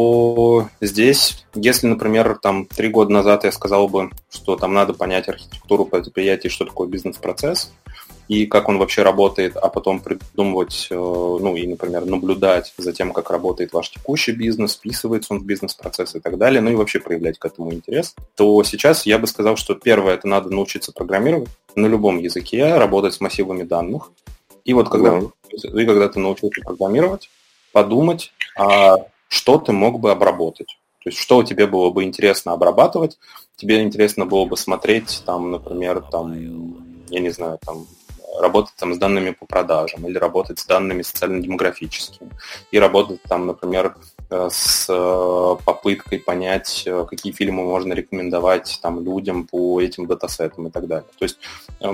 то здесь, если, например, там три года назад я сказал бы, что там надо понять архитектуру предприятия, что такое бизнес-процесс, и как он вообще работает, а потом придумывать, ну и, например, наблюдать за тем, как работает ваш текущий бизнес, вписывается он в бизнес-процесс и так далее, ну и вообще проявлять к этому интерес, то сейчас я бы сказал, что первое, это надо научиться программировать на любом языке, работать с массивами данных. И вот когда, mm-hmm. и когда ты научился программировать, подумать, а что ты мог бы обработать. То есть, что тебе было бы интересно обрабатывать, тебе интересно было бы смотреть, там, например, там, я не знаю, там, работать там с данными по продажам или работать с данными социально-демографическими и работать там, например, с попыткой понять, какие фильмы можно рекомендовать там людям по этим датасетам и так далее. То есть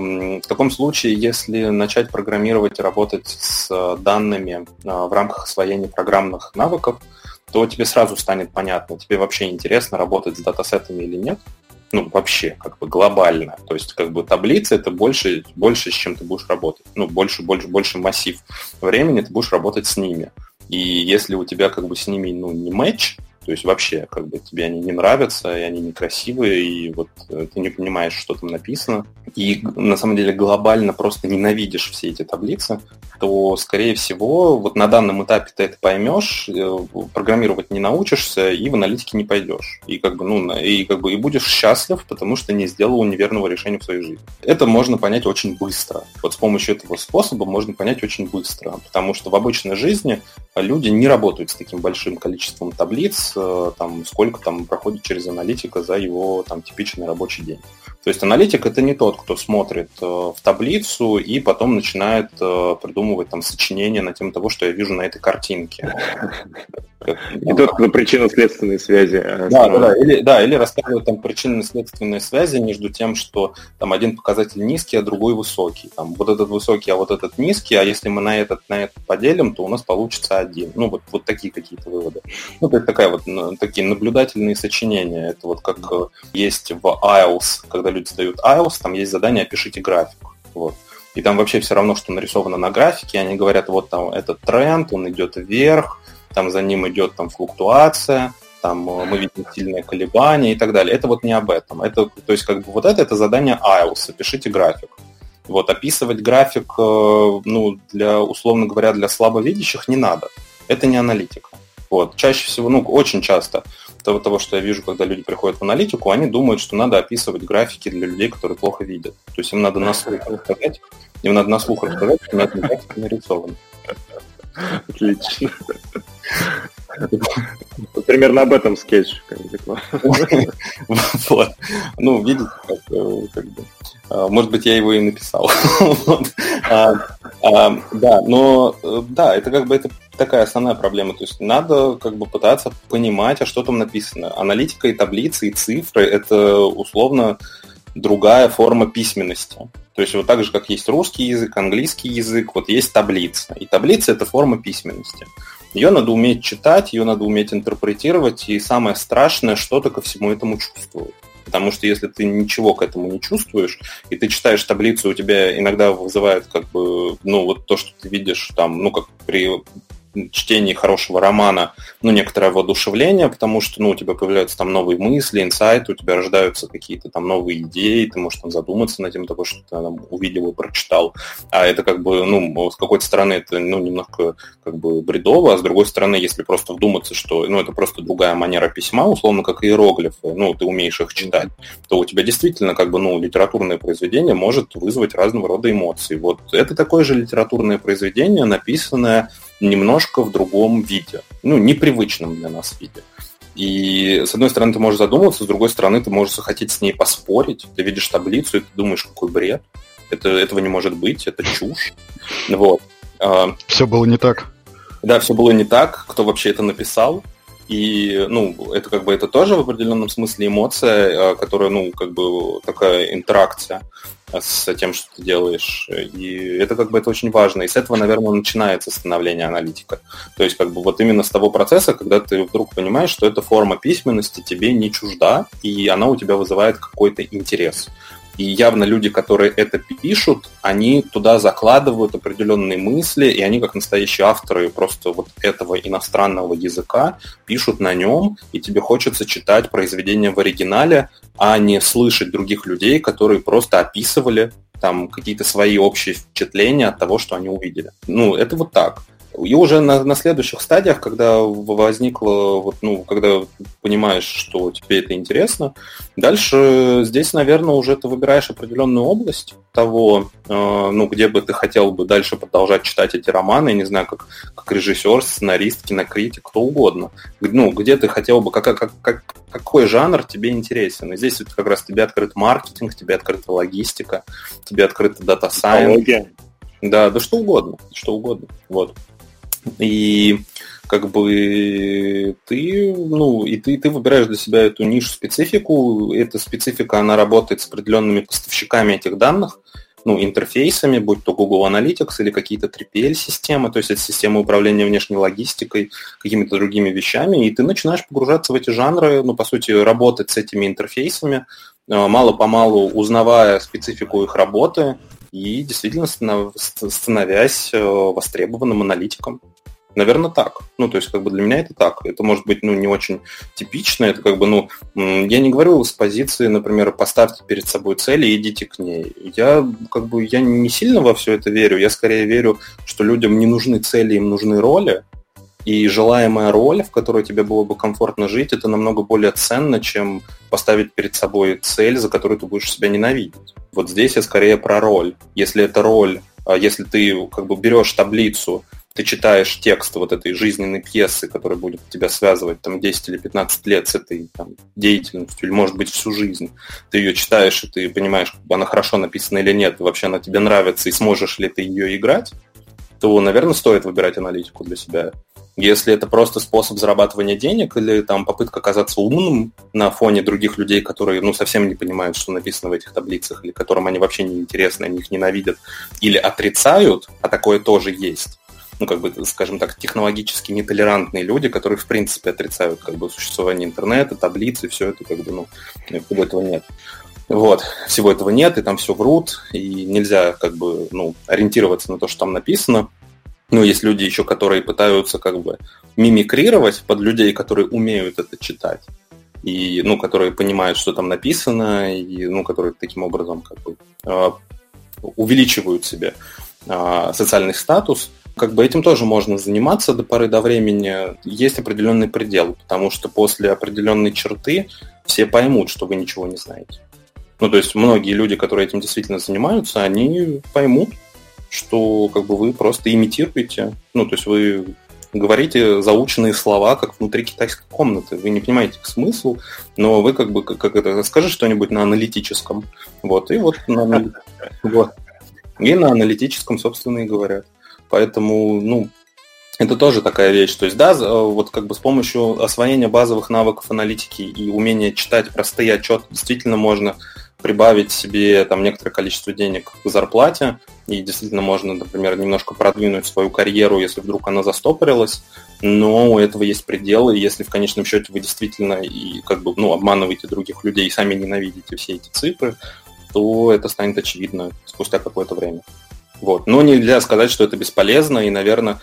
в таком случае, если начать программировать и работать с данными в рамках освоения программных навыков, то тебе сразу станет понятно, тебе вообще интересно работать с датасетами или нет. Ну, вообще, как бы глобально. То есть, как бы таблица это больше, больше, с чем ты будешь работать. Ну, больше, больше, больше массив времени ты будешь работать с ними. И если у тебя как бы с ними, ну, не матч, то есть вообще, как бы тебе они не нравятся, и они некрасивые, и вот ты не понимаешь, что там написано, и на самом деле глобально просто ненавидишь все эти таблицы, то, скорее всего, вот на данном этапе ты это поймешь, программировать не научишься, и в аналитике не пойдешь. И как бы, ну, и как бы и будешь счастлив, потому что не сделал неверного решения в своей жизни. Это можно понять очень быстро. Вот с помощью этого способа можно понять очень быстро, потому что в обычной жизни люди не работают с таким большим количеством таблиц, там, сколько там проходит через аналитика за его там, типичный рабочий день. То есть аналитик это не тот, кто смотрит э, в таблицу и потом начинает э, придумывать там сочинения на тему того, что я вижу на этой картинке. И тот, кто причинно-следственные связи. Да, да, да, или, да, или рассказывают там причинно-следственные связи между тем, что там один показатель низкий, а другой высокий. Там вот этот высокий, а вот этот низкий, а если мы на этот, на этот поделим, то у нас получится один. Ну, вот, вот такие какие-то выводы. Ну, это такая вот, такие наблюдательные сочинения. Это вот как есть в ай эл эс, когда люди сдают ай эл эс, там есть задание «Опишите график». Вот. И там вообще все равно, что нарисовано на графике, они говорят, вот там этот тренд, он идет вверх, там за ним идет там флуктуация, там мы видим сильные колебания и так далее. Это вот не об этом. Это, то есть как бы вот это, это задание ай эл эс, опишите график. Вот, описывать график, ну, для, условно говоря, для слабовидящих не надо. Это не аналитика. Вот. Чаще всего, ну, очень часто того, того, что я вижу, когда люди приходят в аналитику, они думают, что надо описывать графики для людей, которые плохо видят. То есть им надо на слух рассказать, им надо на слух рассказать, что на этом графике нарисовано. Отлично. Примерно об этом скетч. Вот. Ну, видите, как бы. Может быть, я его и написал. Да, но да, это как бы это такая основная проблема. То есть надо как бы пытаться понимать, а что там написано. Аналитика и таблицы, и цифры – это условно другая форма письменности. То есть вот так же, как есть русский язык, английский язык, вот есть таблица. И таблица – это форма письменности. Ее надо уметь читать, ее надо уметь интерпретировать, и самое страшное, что-то ко всему этому чувствовать. Потому что если ты ничего к этому не чувствуешь, и ты читаешь таблицу, у тебя иногда вызывает как бы, ну, вот то, что ты видишь там, ну, как при чтении хорошего романа, ну, некоторое воодушевление, потому что, ну, у тебя появляются там новые мысли, инсайты, у тебя рождаются какие-то там новые идеи, ты можешь там задуматься над тем, того, что ты там увидел и прочитал. А это как бы, ну, с какой-то стороны это, ну, немножко как бы бредово, а с другой стороны, если просто вдуматься, что, ну, это просто другая манера письма, условно, как иероглифы, ну, ты умеешь их читать, то у тебя действительно как бы, ну, литературное произведение может вызвать разного рода эмоции. Вот это такое же литературное произведение, написанное немножко в другом виде, ну, непривычном для нас виде. И, с одной стороны, ты можешь задуматься, с другой стороны, ты можешь захотеть с ней поспорить. Ты видишь таблицу, и ты думаешь, какой бред. Это, этого не может быть, это чушь. Вот. Все было не так. Да, все было не так. Кто вообще это написал? И, ну, это как бы это тоже в определенном смысле эмоция, которая, ну, как бы такая интеракция с тем, что ты делаешь. И это как бы это очень важно. И с этого, наверное, начинается становление аналитика. То есть как бы вот именно с того процесса, когда ты вдруг понимаешь, что эта форма письменности тебе не чужда, и она у тебя вызывает какой-то интерес. И явно люди, которые это пишут, они туда закладывают определенные мысли, и они, как настоящие авторы просто вот этого иностранного языка, пишут на нем, и тебе хочется читать произведение в оригинале, а не слышать других людей, которые просто описывали там какие-то свои общие впечатления от того, что они увидели. Ну, это вот так. И уже на, на следующих стадиях, когда возникло, вот, ну, когда понимаешь, что тебе это интересно, дальше здесь, наверное, уже ты выбираешь определенную область того, э, ну, где бы ты хотел бы дальше продолжать читать эти романы, не знаю, как, как режиссер, сценарист, кинокритик, кто угодно. Ну, где ты хотел бы, как, как, как, какой жанр тебе интересен. И здесь вот как раз тебе открыт маркетинг, тебе открыта логистика, тебе открыта дата-сайенс. Да, да что угодно, что угодно. Вот. И как бы ты, ну, и ты, ты выбираешь для себя эту нишу-специфику. Эта специфика, она работает с определенными поставщиками этих данных, ну, интерфейсами, будь то Google Analytics или какие-то три пи эль-системы, то есть это система управления внешней логистикой, какими-то другими вещами, и ты начинаешь погружаться в эти жанры, ну, по сути, работать с этими интерфейсами, мало-помалу узнавая специфику их работы, и действительно становясь востребованным аналитиком. Наверное, так. Ну, то есть, как бы для меня это так. Это может быть, ну, не очень типично. Это как бы, ну, я не говорю с позиции, например, поставьте перед собой цель и идите к ней. Я, как бы, я не сильно во все это верю. Я скорее верю, что людям не нужны цели, им нужны роли. И желаемая роль, в которой тебе было бы комфортно жить, это намного более ценно, чем поставить перед собой цель, за которую ты будешь себя ненавидеть. Вот здесь я скорее про роль. Если это роль, если ты как бы берешь таблицу, ты читаешь текст вот этой жизненной пьесы, которая будет тебя связывать там десять или пятнадцать лет с этой там деятельностью, или, может быть, всю жизнь. Ты ее читаешь, и ты понимаешь, как бы она хорошо написана или нет, и вообще она тебе нравится, и сможешь ли ты ее играть, то, наверное, стоит выбирать аналитику для себя. Если это просто способ зарабатывания денег или там попытка казаться умным на фоне других людей, которые, ну, совсем не понимают, что написано в этих таблицах, или которым они вообще не интересны, они их ненавидят, или отрицают, а такое тоже есть, ну, как бы, скажем так, технологически нетолерантные люди, которые, в принципе, отрицают, как бы, существование интернета, таблицы, все это, как бы, ну, всего этого нет. Вот, всего этого нет, и там все врут, и нельзя, как бы, ну, ориентироваться на то, что там написано. Ну, есть люди еще, которые пытаются, как бы, мимикрировать под людей, которые умеют это читать, и, ну, которые понимают, что там написано, и, ну, которые таким образом, как бы, увеличивают себе социальный статус. Как бы этим тоже можно заниматься до поры до времени. Есть определенный предел, потому что после определенной черты все поймут, что вы ничего не знаете. Ну, то есть многие люди, которые этим действительно занимаются, они поймут, что как бы вы просто имитируете. Ну, то есть вы говорите заученные слова, как внутри китайской комнаты. Вы не понимаете их смысл, но вы как бы, как это, скажете что-нибудь на аналитическом. Вот, и вот на, вот. И на аналитическом, собственно, и говорят. Поэтому, ну, Это тоже такая вещь. То есть, да, вот как бы с помощью освоения базовых навыков аналитики и умения читать простые отчеты действительно можно прибавить себе там некоторое количество денег к зарплате, и действительно можно, например, немножко продвинуть свою карьеру, если вдруг она застопорилась, но у этого есть пределы, и если в конечном счете вы действительно и как бы, ну, обманываете других людей и сами ненавидите все эти цифры, то это станет очевидно спустя какое-то время. Вот. Но нельзя сказать, что это бесполезно, и, наверное,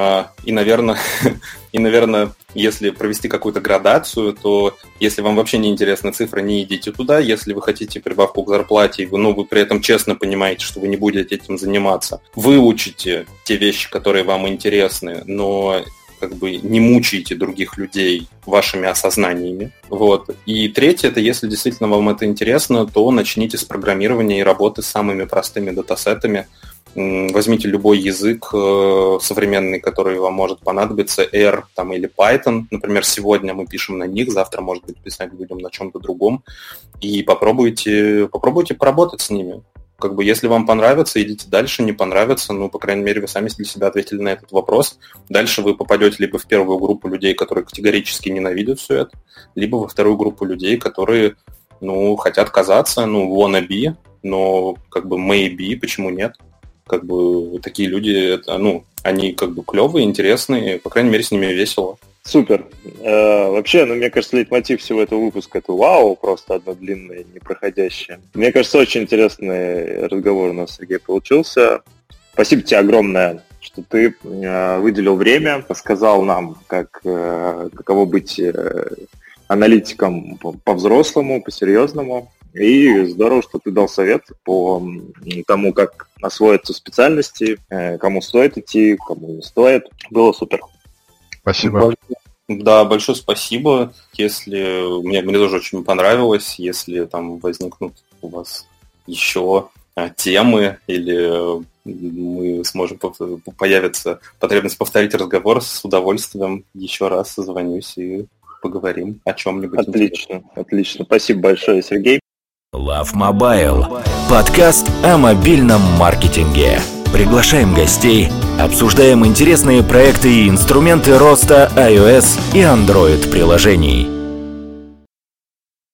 И, наверное, и, наверное, если провести какую-то градацию, то если вам вообще не интересны цифры, не идите туда. Если вы хотите прибавку к зарплате, но ну, вы при этом честно понимаете, что вы не будете этим заниматься, выучите те вещи, которые вам интересны, но как бы не мучайте других людей вашими осознаниями. Вот. И третье, это если действительно вам это интересно, то начните с программирования и работы с самыми простыми датасетами. Возьмите любой язык э, современный, который вам может понадобиться, R там, или Python. Например, сегодня мы пишем на них, завтра, может быть, писать будем на чем-то другом. И попробуйте, попробуйте поработать с ними. Как бы, если вам понравится, идите дальше, не понравится, ну, по крайней мере, вы сами для себя ответили на этот вопрос. Дальше вы попадете либо в первую группу людей, которые категорически ненавидят все это, либо во вторую группу людей, которые, ну, хотят казаться, ну, wannabe, но как бы maybe, почему нет? Как бы такие люди, это, ну, они как бы клевые, интересные, по крайней мере, с ними весело. Супер. Э, вообще, ну, мне кажется, лейтмотив всего этого выпуска — это вау, просто одно длинное, непроходящее. Мне кажется, очень интересный разговор у нас, Сергей, получился. Спасибо тебе огромное, что ты э, выделил время, рассказал нам, как, э, каково быть э, аналитиком по-взрослому, по-серьезному. И здорово, что ты дал совет по тому, как освоиться в специальности, кому стоит идти, кому не стоит. Было супер. Спасибо. Да, большое спасибо. Если мне, мне тоже очень понравилось, если там возникнут у вас еще темы или мы сможем появится потребность повторить разговор, с удовольствием еще раз созвонюсь и поговорим о чем-нибудь. Отлично, интересном. Отлично. Спасибо большое, Сергей. Love Mobile. Подкаст о мобильном маркетинге. Приглашаем гостей, обсуждаем интересные проекты и инструменты роста iOS и Android приложений.